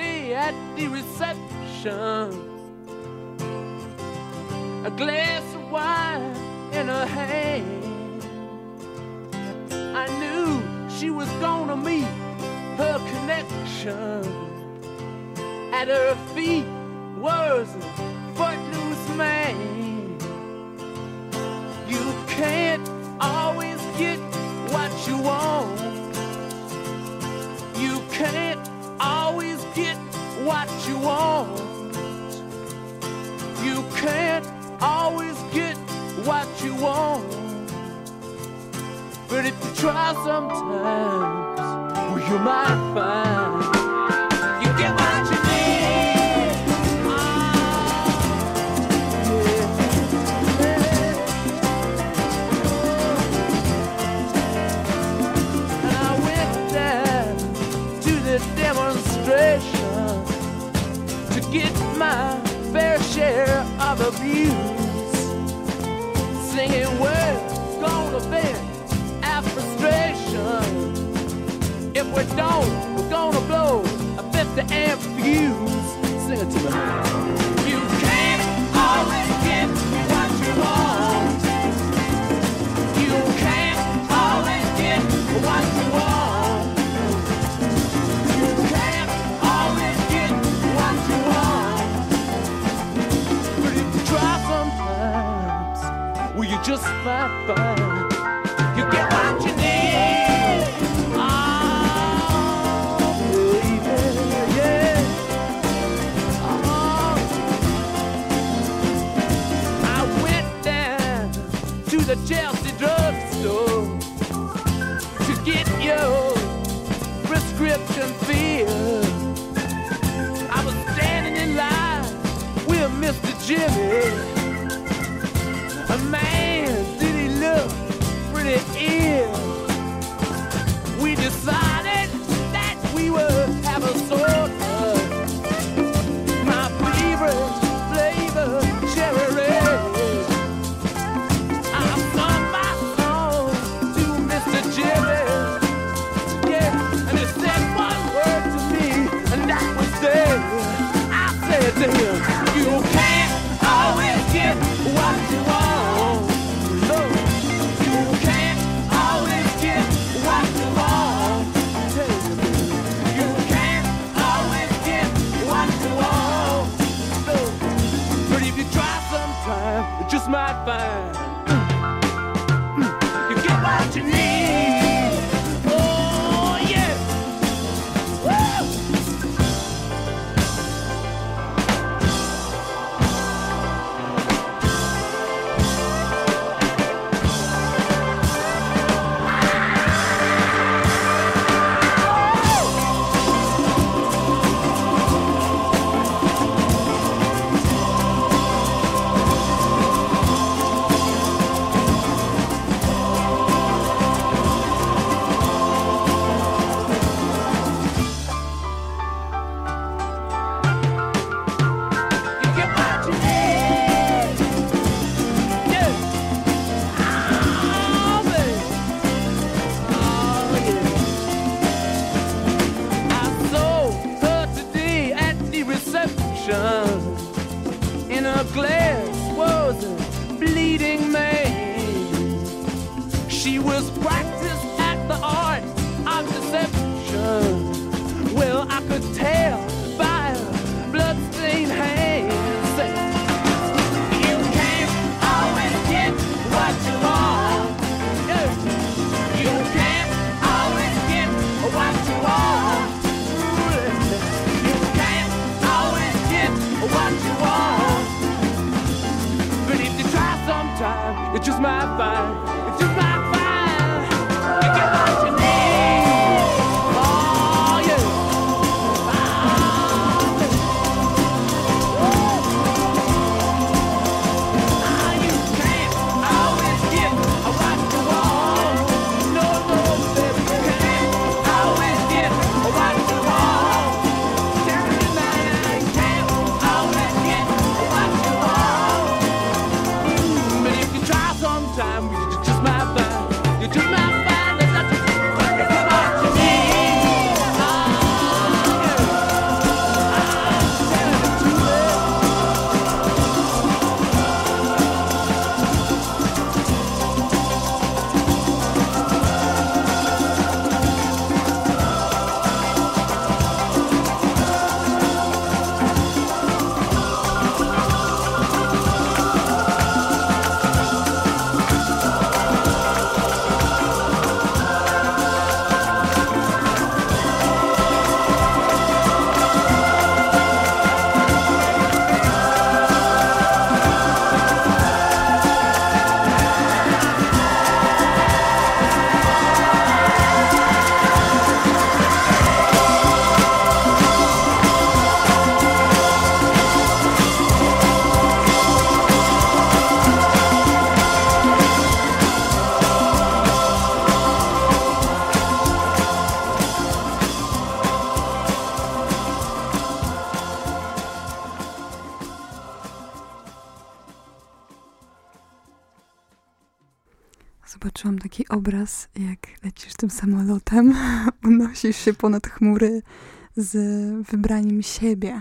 A glass of wine in her hand. I knew she was gonna meet her connection. At her feet was a footloose man. You can't always get what you want. You can't always get what you want. You can't always get what you want. But if you try sometimes, well, you might find you get what you need. Oh, yeah, yeah. And I went down to the demonstration to get my fair share of abuse, singing we're gonna vent our frustration. If we don't, we're gonna blow a fifty amp fuse. Sing it to me. You can't always get what you want. You can't always get what you want. You can't always get what you want. But if you try sometimes, well, you just might find you get what you need. The Chelsea drugstore to get your prescription filled. I was standing in line with Mister Jimmy. A man, did he look pretty ill? We decided that we would have a soda. My favorite flavor, cherry red. To him, you can't always get what you want. No, you can't always get what you want. You can't always get what you want. No, but if you try sometime, you just might find you get what you need. Oh yeah. Woo! In her glass was a bleeding man. She was practiced at the art of deception. Well, I could tell by her bloodstained hands. You can't always get what you want. You can't always get what you want. You can't always get what you want. But if you try sometime, you just might find, you just might find you get what you need. Oh yeah. Oh, ah, you can't always get what you want. No, no, baby, you can't always get what you want. Tell me now, you can't always get what you want. But if you try sometime, Zobaczyłam taki obraz, jak lecisz tym samolotem, unosisz się ponad chmury z wybraniem siebie.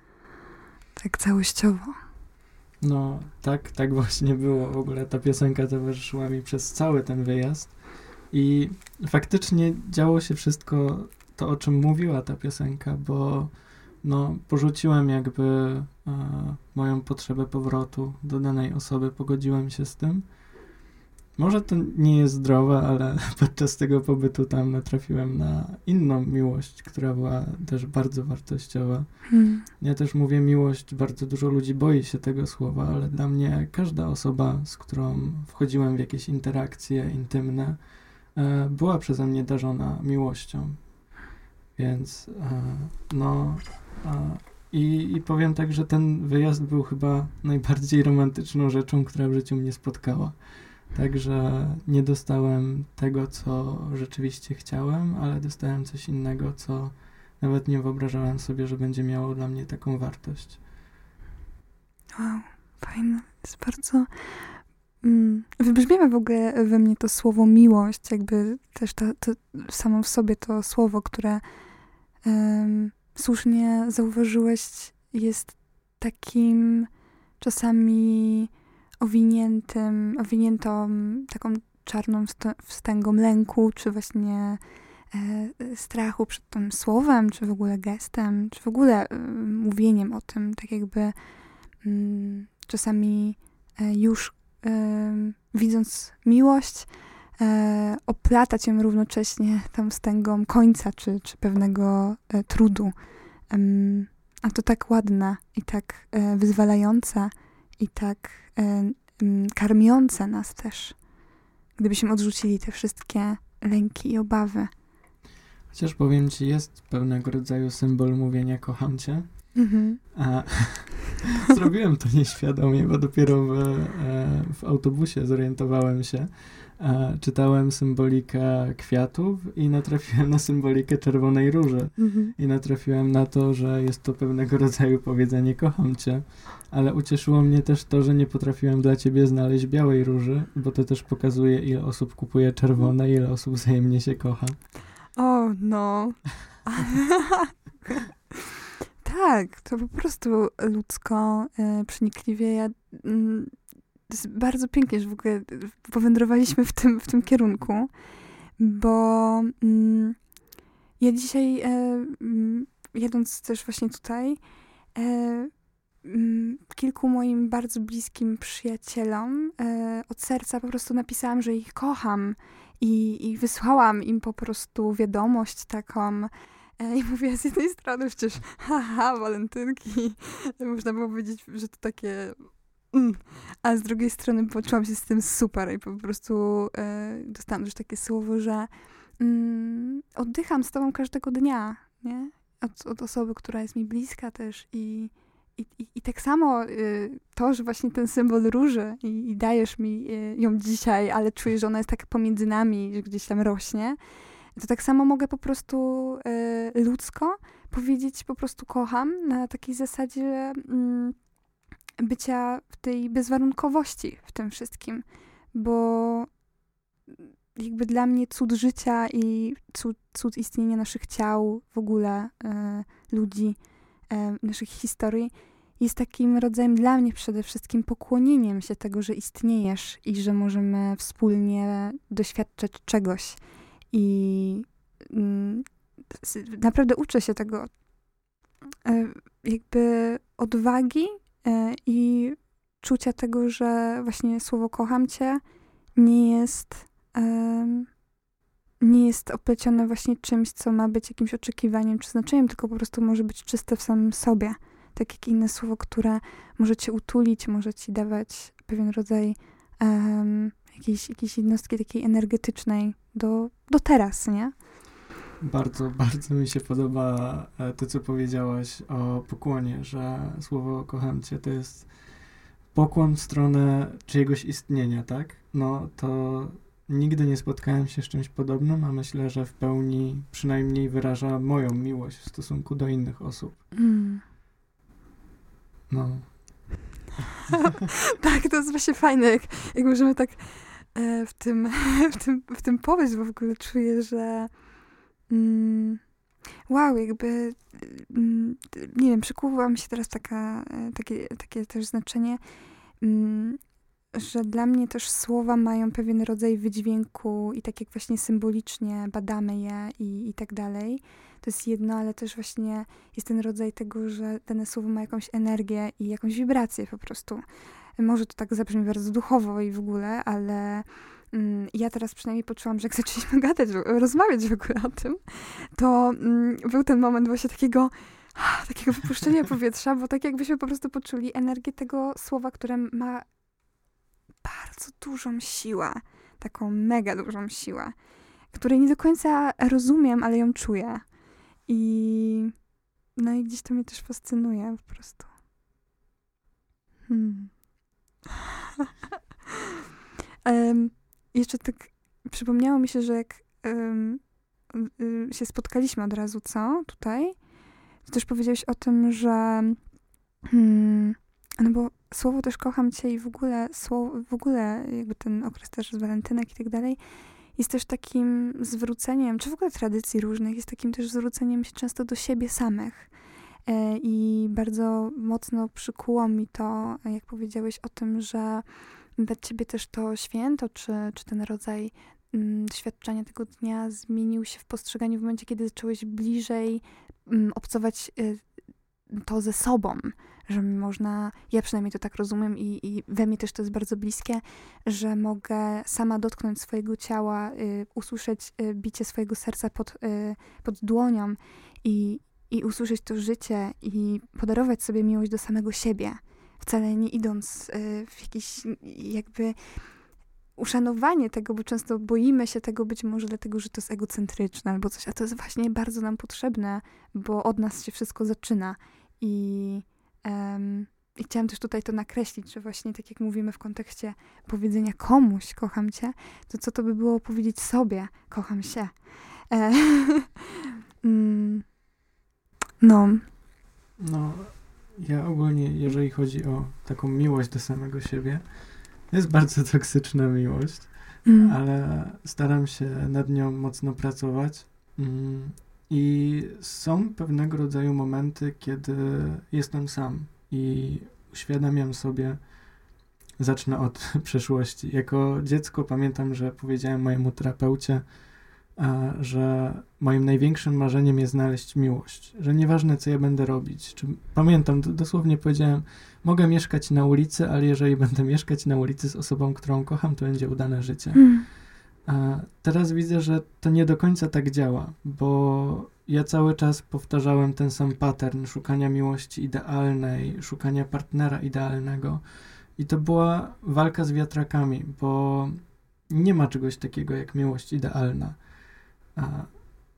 Tak całościowo. No, tak, tak właśnie było. W ogóle ta piosenka towarzyszyła mi przez cały ten wyjazd i faktycznie działo się wszystko to, o czym mówiła ta piosenka, bo no, porzuciłem jakby e, moją potrzebę powrotu do danej osoby, pogodziłem się z tym. Może to nie jest zdrowe, ale podczas tego pobytu tam natrafiłem na inną miłość, która była też bardzo wartościowa. Hmm. Ja też mówię miłość, bardzo dużo ludzi boi się tego słowa, ale dla mnie każda osoba, z którą wchodziłem w jakieś interakcje intymne, e, była przeze mnie darzona miłością. Więc e, no e, i, i powiem tak, że ten wyjazd był chyba najbardziej romantyczną rzeczą, która w życiu mnie spotkała. Także nie dostałem tego, co rzeczywiście chciałem, ale dostałem coś innego, co nawet nie wyobrażałem sobie, że będzie miało dla mnie taką wartość. Wow, fajne. To jest bardzo... Mm, wybrzmiewa w ogóle we mnie to słowo miłość, jakby też to, to samo w sobie to słowo, które um, słusznie zauważyłeś, jest takim czasami owiniętym, owiniętą taką czarną wstęgą lęku, czy właśnie e, strachu przed tym słowem, czy w ogóle gestem, czy w ogóle e, mówieniem o tym, tak jakby mm, czasami e, już e, widząc miłość, e, oplatać ją równocześnie tą wstęgą końca, czy, czy pewnego e, trudu. Um, a to tak ładne i tak e, wyzwalające i tak e, m, karmiące nas też, gdybyśmy odrzucili te wszystkie lęki i obawy. Chociaż powiem ci, jest pewnego rodzaju symbol mówienia kocham cię. Mhm. A zrobiłem to nieświadomie, bo dopiero w, w autobusie zorientowałem się. Czytałem symbolikę kwiatów i natrafiłem na symbolikę czerwonej róży. Mhm. I natrafiłem na to, że jest to pewnego rodzaju powiedzenie kocham cię. Ale ucieszyło mnie też to, że nie potrafiłem dla ciebie znaleźć białej róży, bo to też pokazuje, ile osób kupuje czerwone, ile osób wzajemnie się kocha. O, no. Tak, to po prostu ludzko, y, przenikliwie. Ja, y, to jest bardzo pięknie, że w ogóle powędrowaliśmy w tym, w tym kierunku, bo y, ja dzisiaj, y, y, jedąc też właśnie tutaj, y, y, kilku moim bardzo bliskim przyjacielom y, od serca po prostu napisałam, że ich kocham i, i wysłałam im po prostu wiadomość taką. I mówię, z jednej strony przecież haha, walentynki, można było powiedzieć, że to takie mm. a z drugiej strony poczułam się z tym super i po prostu e, dostałam też takie słowo, że mm, oddycham z tobą każdego dnia, nie? Od, od osoby, która jest mi bliska też i, i, i, i tak samo y, to, że właśnie ten symbol róży i, i dajesz mi y, ją dzisiaj, ale czuję, że ona jest tak pomiędzy nami, że gdzieś tam rośnie, to tak samo mogę po prostu y, ludzko powiedzieć po prostu kocham na takiej zasadzie y, bycia w tej bezwarunkowości w tym wszystkim, bo jakby dla mnie cud życia i cud, cud istnienia naszych ciał, w ogóle y, ludzi, y, naszych historii jest takim rodzajem dla mnie przede wszystkim pokłonieniem się tego, że istniejesz i że możemy wspólnie doświadczać czegoś. I mm, naprawdę uczę się tego e, jakby odwagi e, i czucia tego, że właśnie słowo kocham cię nie jest e, nie jest oplecione właśnie czymś, co ma być jakimś oczekiwaniem czy znaczeniem, tylko po prostu może być czyste w samym sobie. Tak jak inne słowo, które może cię utulić, może ci dawać pewien rodzaj um, jakiejś, jakiejś jednostki takiej energetycznej do, do teraz, nie? Bardzo, bardzo mi się podoba to, co powiedziałaś o pokłonie, że słowo kocham cię to jest pokłon w stronę czyjegoś istnienia, tak? No to nigdy nie spotkałem się z czymś podobnym, a myślę, że w pełni przynajmniej wyraża moją miłość w stosunku do innych osób. Mm. No. Tak, to jest właśnie fajne, jak, jak możemy tak w tym, w tym, w tym pomysł w ogóle czuję, że mm, wow, jakby mm, nie wiem, przykuwa mi się teraz taka, takie, takie też znaczenie, mm, że dla mnie też słowa mają pewien rodzaj wydźwięku i tak jak właśnie symbolicznie badamy je i, i tak dalej, to jest jedno, ale też właśnie jest ten rodzaj tego, że dane słowo ma jakąś energię i jakąś wibrację po prostu. Może to tak zabrzmi bardzo duchowo i w ogóle, ale mm, ja teraz przynajmniej poczułam, że jak zaczęliśmy gadać, rozmawiać w ogóle o tym, to mm, był ten moment właśnie takiego takiego wypuszczenia powietrza, bo tak jakbyśmy po prostu poczuli energię tego słowa, które ma bardzo dużą siłę, taką mega dużą siłę, której nie do końca rozumiem, ale ją czuję. I no i gdzieś to mnie też fascynuje po prostu. Hmm. um, jeszcze tak przypomniało mi się, że jak um, y, się spotkaliśmy od razu, co? Tutaj, to też powiedziałeś o tym, że hmm, no bo słowo też kocham cię i w ogóle słowo, w ogóle jakby ten okres też z walentynek i tak dalej jest też takim zwróceniem, czy w ogóle tradycji różnych, jest takim też zwróceniem się często do siebie samych. E, I bardzo mocno przykuło mi to, jak powiedziałeś o tym, że dla ciebie też to święto, czy, czy ten rodzaj mm, doświadczenia tego dnia zmienił się w postrzeganiu w momencie, kiedy zacząłeś bliżej mm, obcować y, to ze sobą, że można, ja przynajmniej to tak rozumiem i, i we mnie też to jest bardzo bliskie, że mogę sama dotknąć swojego ciała, y, usłyszeć y, bicie swojego serca pod, y, pod dłonią i, i usłyszeć to życie i podarować sobie miłość do samego siebie, wcale nie idąc y, w jakieś jakby uszanowanie tego, bo często boimy się tego być może dlatego, że to jest egocentryczne albo coś, a to jest właśnie bardzo nam potrzebne, bo od nas się wszystko zaczyna. I, um, i chciałam też tutaj to nakreślić, że właśnie tak jak mówimy w kontekście powiedzenia komuś kocham cię, to co to by było powiedzieć sobie kocham się. E, mm, no. No, ja ogólnie, jeżeli chodzi o taką miłość do samego siebie, jest bardzo toksyczna miłość, mm. ale staram się nad nią mocno pracować. Mm. I są pewnego rodzaju momenty, kiedy jestem sam i uświadamiam sobie, zacznę od przeszłości. Jako dziecko pamiętam, że powiedziałem mojemu terapeucie, a, że moim największym marzeniem jest znaleźć miłość, że nieważne co ja będę robić. Czy, pamiętam, dosłownie powiedziałem, mogę mieszkać na ulicy, ale jeżeli będę mieszkać na ulicy z osobą, którą kocham, to będzie udane życie. Mm. A teraz widzę, że to nie do końca tak działa, bo ja cały czas powtarzałem ten sam pattern szukania miłości idealnej, szukania partnera idealnego i to była walka z wiatrakami, bo nie ma czegoś takiego jak miłość idealna. A,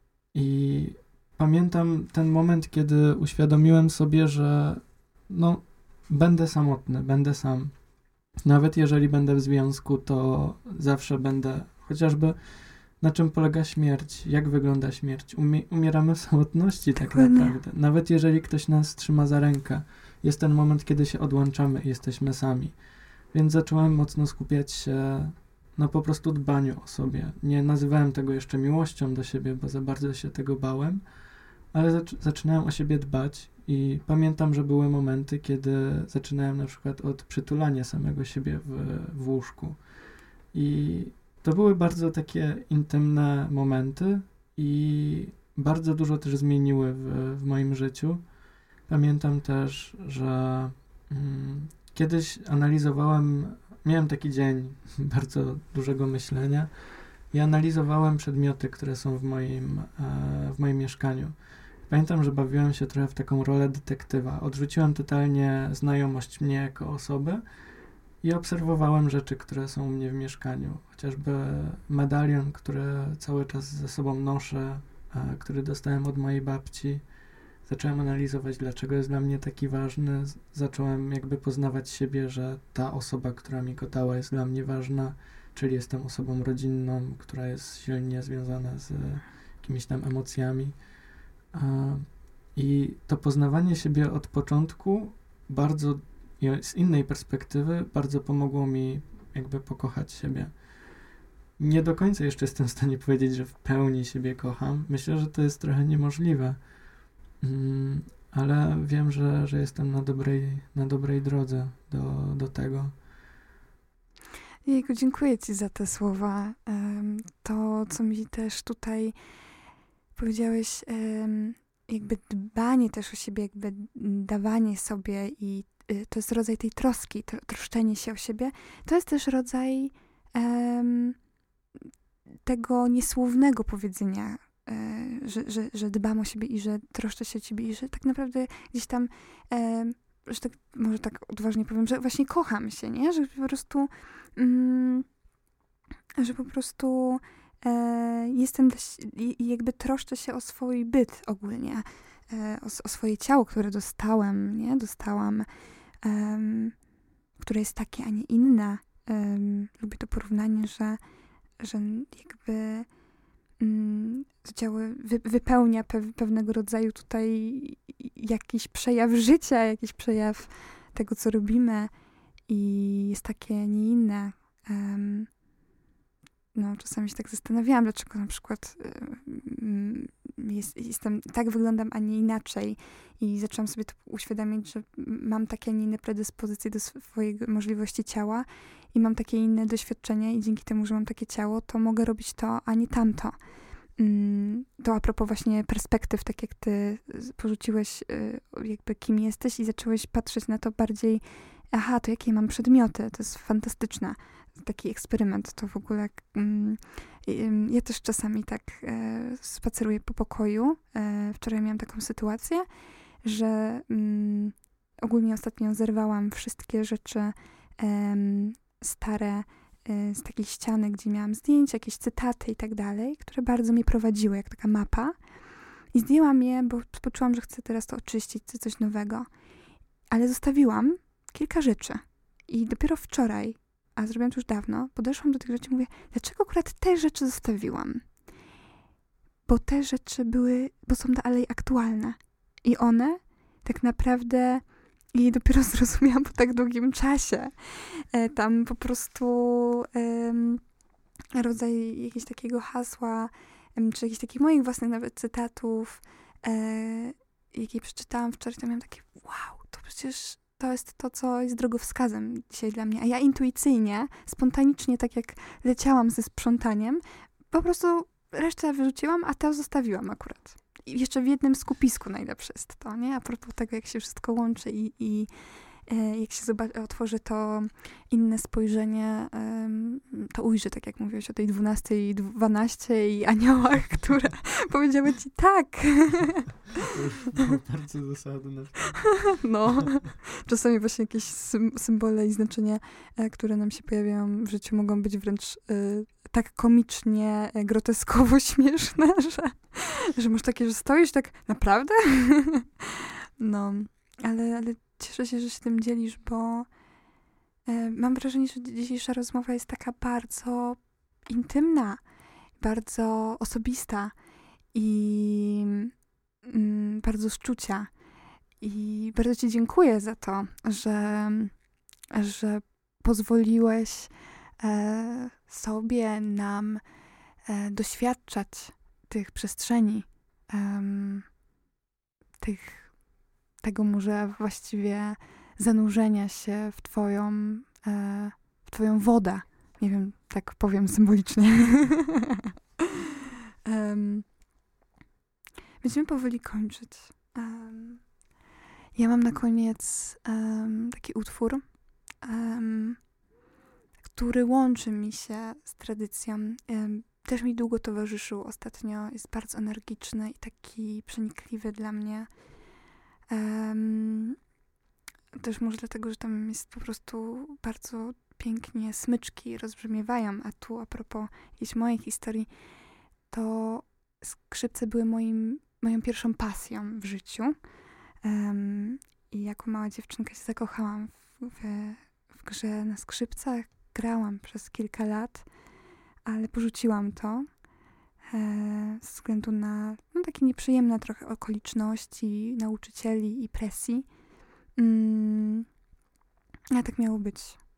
i pamiętam ten moment, kiedy uświadomiłem sobie, że no, będę samotny, będę sam. Nawet jeżeli będę w związku, to zawsze będę chociażby na czym polega śmierć, jak wygląda śmierć. Umie- umieramy w samotności tak Dokładnie. naprawdę. Nawet jeżeli ktoś nas trzyma za rękę, jest ten moment, kiedy się odłączamy i jesteśmy sami. Więc zacząłem mocno skupiać się na po prostu dbaniu o sobie. Nie nazywałem tego jeszcze miłością do siebie, bo za bardzo się tego bałem, ale zac- zaczynałem o siebie dbać i pamiętam, że były momenty, kiedy zaczynałem na przykład od przytulania samego siebie w, w łóżku. I to były bardzo takie intymne momenty i bardzo dużo też zmieniły w, w moim życiu. Pamiętam też, że mm, kiedyś analizowałem, miałem taki dzień bardzo dużego myślenia i analizowałem przedmioty, które są w moim, e, w moim mieszkaniu. Pamiętam, że bawiłem się trochę w taką rolę detektywa. Odrzuciłem totalnie znajomość mnie jako osoby i obserwowałem rzeczy, które są u mnie w mieszkaniu. Chociażby medalion, który cały czas ze sobą noszę, a, który dostałem od mojej babci. Zacząłem analizować, dlaczego jest dla mnie taki ważny. Z- zacząłem jakby poznawać siebie, że ta osoba, która mi go dała, jest dla mnie ważna, czyli jestem osobą rodzinną, która jest silnie związana z jakimiś tam emocjami. A, I to poznawanie siebie od początku bardzo i z innej perspektywy bardzo pomogło mi jakby pokochać siebie. nie do końca jeszcze jestem w stanie powiedzieć, że w pełni siebie kocham. Myślę, że to jest trochę niemożliwe. Mm, ale wiem, że, że jestem na dobrej, na dobrej drodze do, do tego. Jejku, dziękuję ci za te słowa. Um, to, co mi też tutaj powiedziałeś, um, jakby dbanie też o siebie, jakby dawanie sobie i y, to jest rodzaj tej troski, tro, troszczenie się o siebie. To jest też rodzaj um, tego niesłownego powiedzenia, y, że, że, że dbam o siebie i że troszczę się o ciebie i że tak naprawdę gdzieś tam, y, że tak, może tak odważnie powiem, że właśnie kocham się, nie? Że po prostu mm, że po prostu e, jestem i, i jakby troszczę się o swój byt ogólnie, e, o, o swoje ciało, które dostałem, nie? Dostałam, um, które jest takie, a nie inne. Um, lubię to porównanie, że, że jakby um, to ciało wy, wypełnia pe, pewnego rodzaju tutaj jakiś przejaw życia, jakiś przejaw tego, co robimy i jest takie, nie inne. Um, no, czasami się tak zastanawiałam, dlaczego na przykład y, jest, jestem, tak wyglądam, a nie inaczej. I zaczęłam sobie to uświadamiać, że mam takie, a nie inne predyspozycje do swojej możliwości ciała i mam takie inne doświadczenia i dzięki temu, że mam takie ciało, to mogę robić to, a nie tamto. Mm, to a propos właśnie perspektyw, tak jak ty porzuciłeś y, jakby kim jesteś i zacząłeś patrzeć na to bardziej, aha, to jakie mam przedmioty, to jest fantastyczne. Taki eksperyment, to w ogóle um, ja też czasami tak e, spaceruję po pokoju. E, wczoraj miałam taką sytuację, że um, ogólnie ostatnio zerwałam wszystkie rzeczy um, stare e, z takiej ściany, gdzie miałam zdjęcia, jakieś cytaty i tak dalej, które bardzo mnie prowadziły, jak taka mapa. I zdjęłam je, bo poczułam, że chcę teraz to oczyścić, chcę coś nowego. Ale zostawiłam kilka rzeczy. I dopiero wczoraj, a zrobiłam to już dawno, podeszłam do tych rzeczy i mówię, dlaczego akurat te rzeczy zostawiłam? Bo te rzeczy były, bo są dalej aktualne. I one tak naprawdę, i dopiero zrozumiałam po tak długim czasie, e, tam po prostu e, rodzaj jakiegoś takiego hasła, e, czy jakichś takich moich własnych nawet cytatów, e, jakie przeczytałam wczoraj, to miałam takie, wow, to przecież to jest to, co jest drogowskazem dzisiaj dla mnie. A ja intuicyjnie, spontanicznie, tak jak leciałam ze sprzątaniem, po prostu resztę wyrzuciłam, a to zostawiłam akurat. I jeszcze w jednym skupisku najlepsze jest to, nie? A propos tego, jak się wszystko łączy i, i e, jak się zobaczy, otworzy to inne spojrzenie, e, to ujrzy, tak jak mówiłeś o tej dwunastej i dwanaście i aniołach, które powiedziały ci tak. To już było bardzo zasadne. No, czasami właśnie jakieś sym- symbole i znaczenia, e, które nam się pojawiają w życiu, mogą być wręcz e, tak komicznie, e, groteskowo śmieszne, że, że masz takie, że stoisz tak, naprawdę? No, ale, ale cieszę się, że się tym dzielisz, bo e, mam wrażenie, że dzisiejsza rozmowa jest taka bardzo intymna, bardzo osobista i mm, bardzo z czucia. I bardzo ci dziękuję za to, że, że pozwoliłeś e, sobie, nam e, doświadczać tych przestrzeni, em, tych, tego może właściwie zanurzenia się w twoją, e, w twoją wodę. Nie wiem, tak powiem symbolicznie. um, będziemy powoli kończyć. Um, ja mam na koniec um, taki utwór, um, który łączy mi się z tradycją. Um, też mi długo towarzyszył ostatnio. Jest bardzo energiczny i taki przenikliwy dla mnie. Um, też może dlatego, że tam jest po prostu bardzo pięknie smyczki rozbrzmiewają, a tu a propos jakiejś mojej historii, to skrzypce były moim, moją pierwszą pasją w życiu. Um, I jako mała dziewczynka się zakochałam w, w, w grze na skrzypcach. Grałam przez kilka lat, ale porzuciłam to e, ze względu na no, takie nieprzyjemne trochę okoliczności, nauczycieli i presji. Mm, a tak miało być.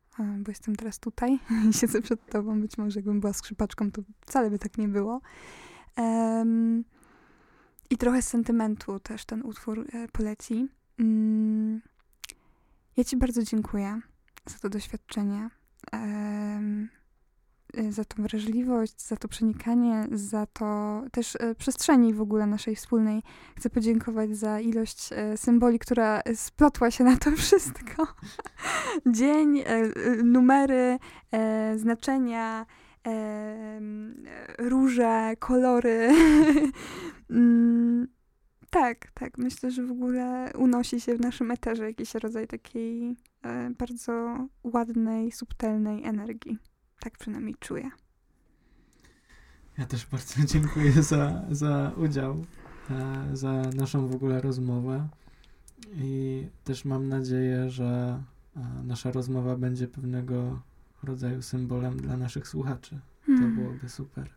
bo jestem teraz tutaj i siedzę przed tobą. Być może jakbym była skrzypaczką, to wcale by tak nie było. Um, I trochę z sentymentu też ten utwór e, poleci. Um, ja ci bardzo dziękuję za to doświadczenie, um, za tą wrażliwość, za to przenikanie, za to też e, przestrzeni w ogóle naszej wspólnej. Chcę podziękować za ilość e, symboli, która splotła się na to wszystko. Dzień, e, numery, e, znaczenia, e, róże, kolory. mm, tak, tak. Myślę, że w ogóle unosi się w naszym eterze jakiś rodzaj takiej e, bardzo ładnej, subtelnej energii. Tak przynajmniej czuję. Ja też bardzo dziękuję za, za udział, e, za naszą w ogóle rozmowę i też mam nadzieję, że e, nasza rozmowa będzie pewnego rodzaju symbolem dla naszych słuchaczy. Hmm. To byłoby super.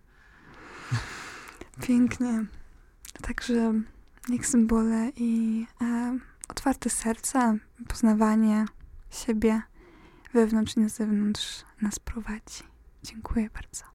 Pięknie. Także niech symbole i e, otwarte serce, poznawanie siebie wewnątrz i na zewnątrz nas prowadzi. Dziękuję bardzo.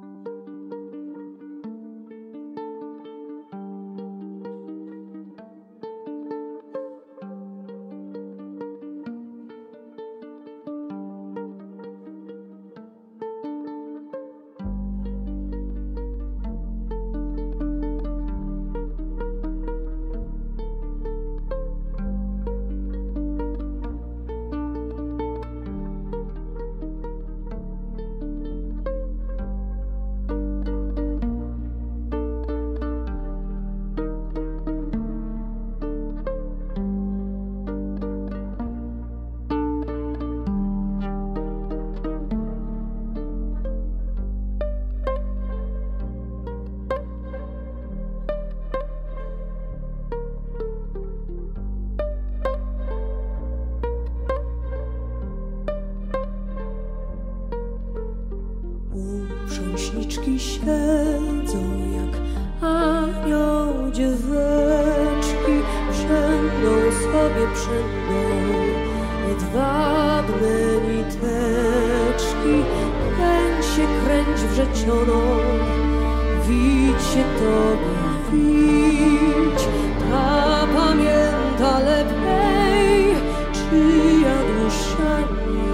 Księżniczki siedzą jak anioł dzieweczki, przędą sobie przędą jedwabne niteczki. Kręć się, kręć wrzecioną, widź się tobie, widź. Ta pamięta lepiej, czyja dusza nić.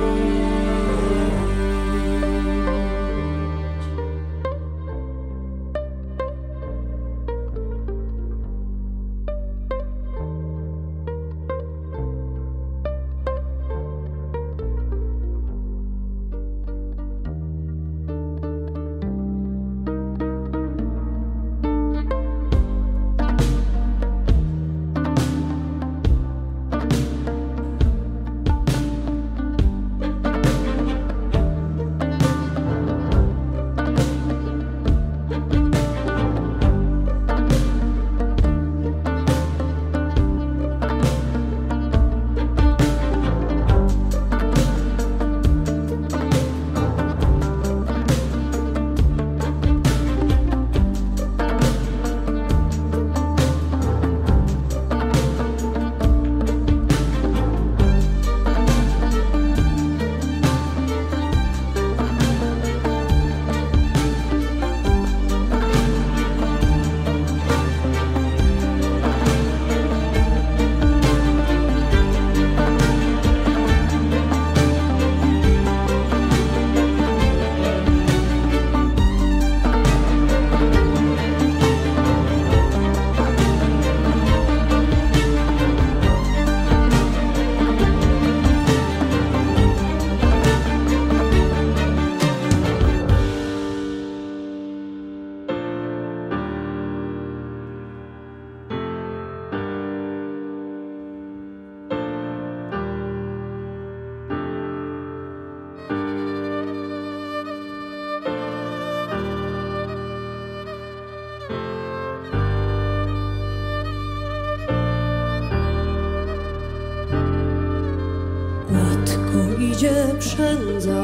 Idzie przędza,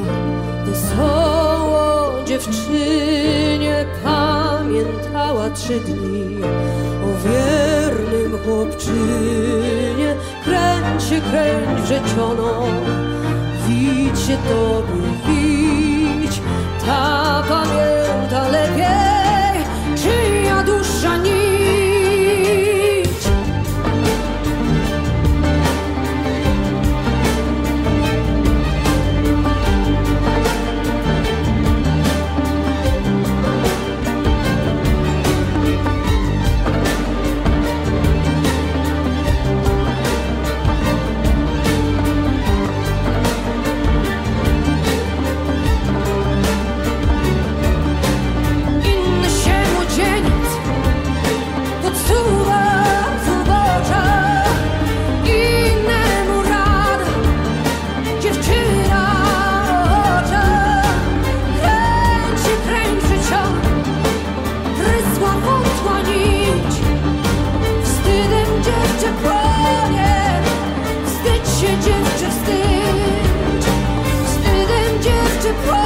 wesoło dziewczynie pamiętała trzy dni o wiernym chłopczynie. Kręć się, kręć wrzecioną, wić się tobie, wić. Ta pamięta lepiej, czyja dusza nić. Wstydź się, dziewczę, wstydź. Wstydem, dziewczę,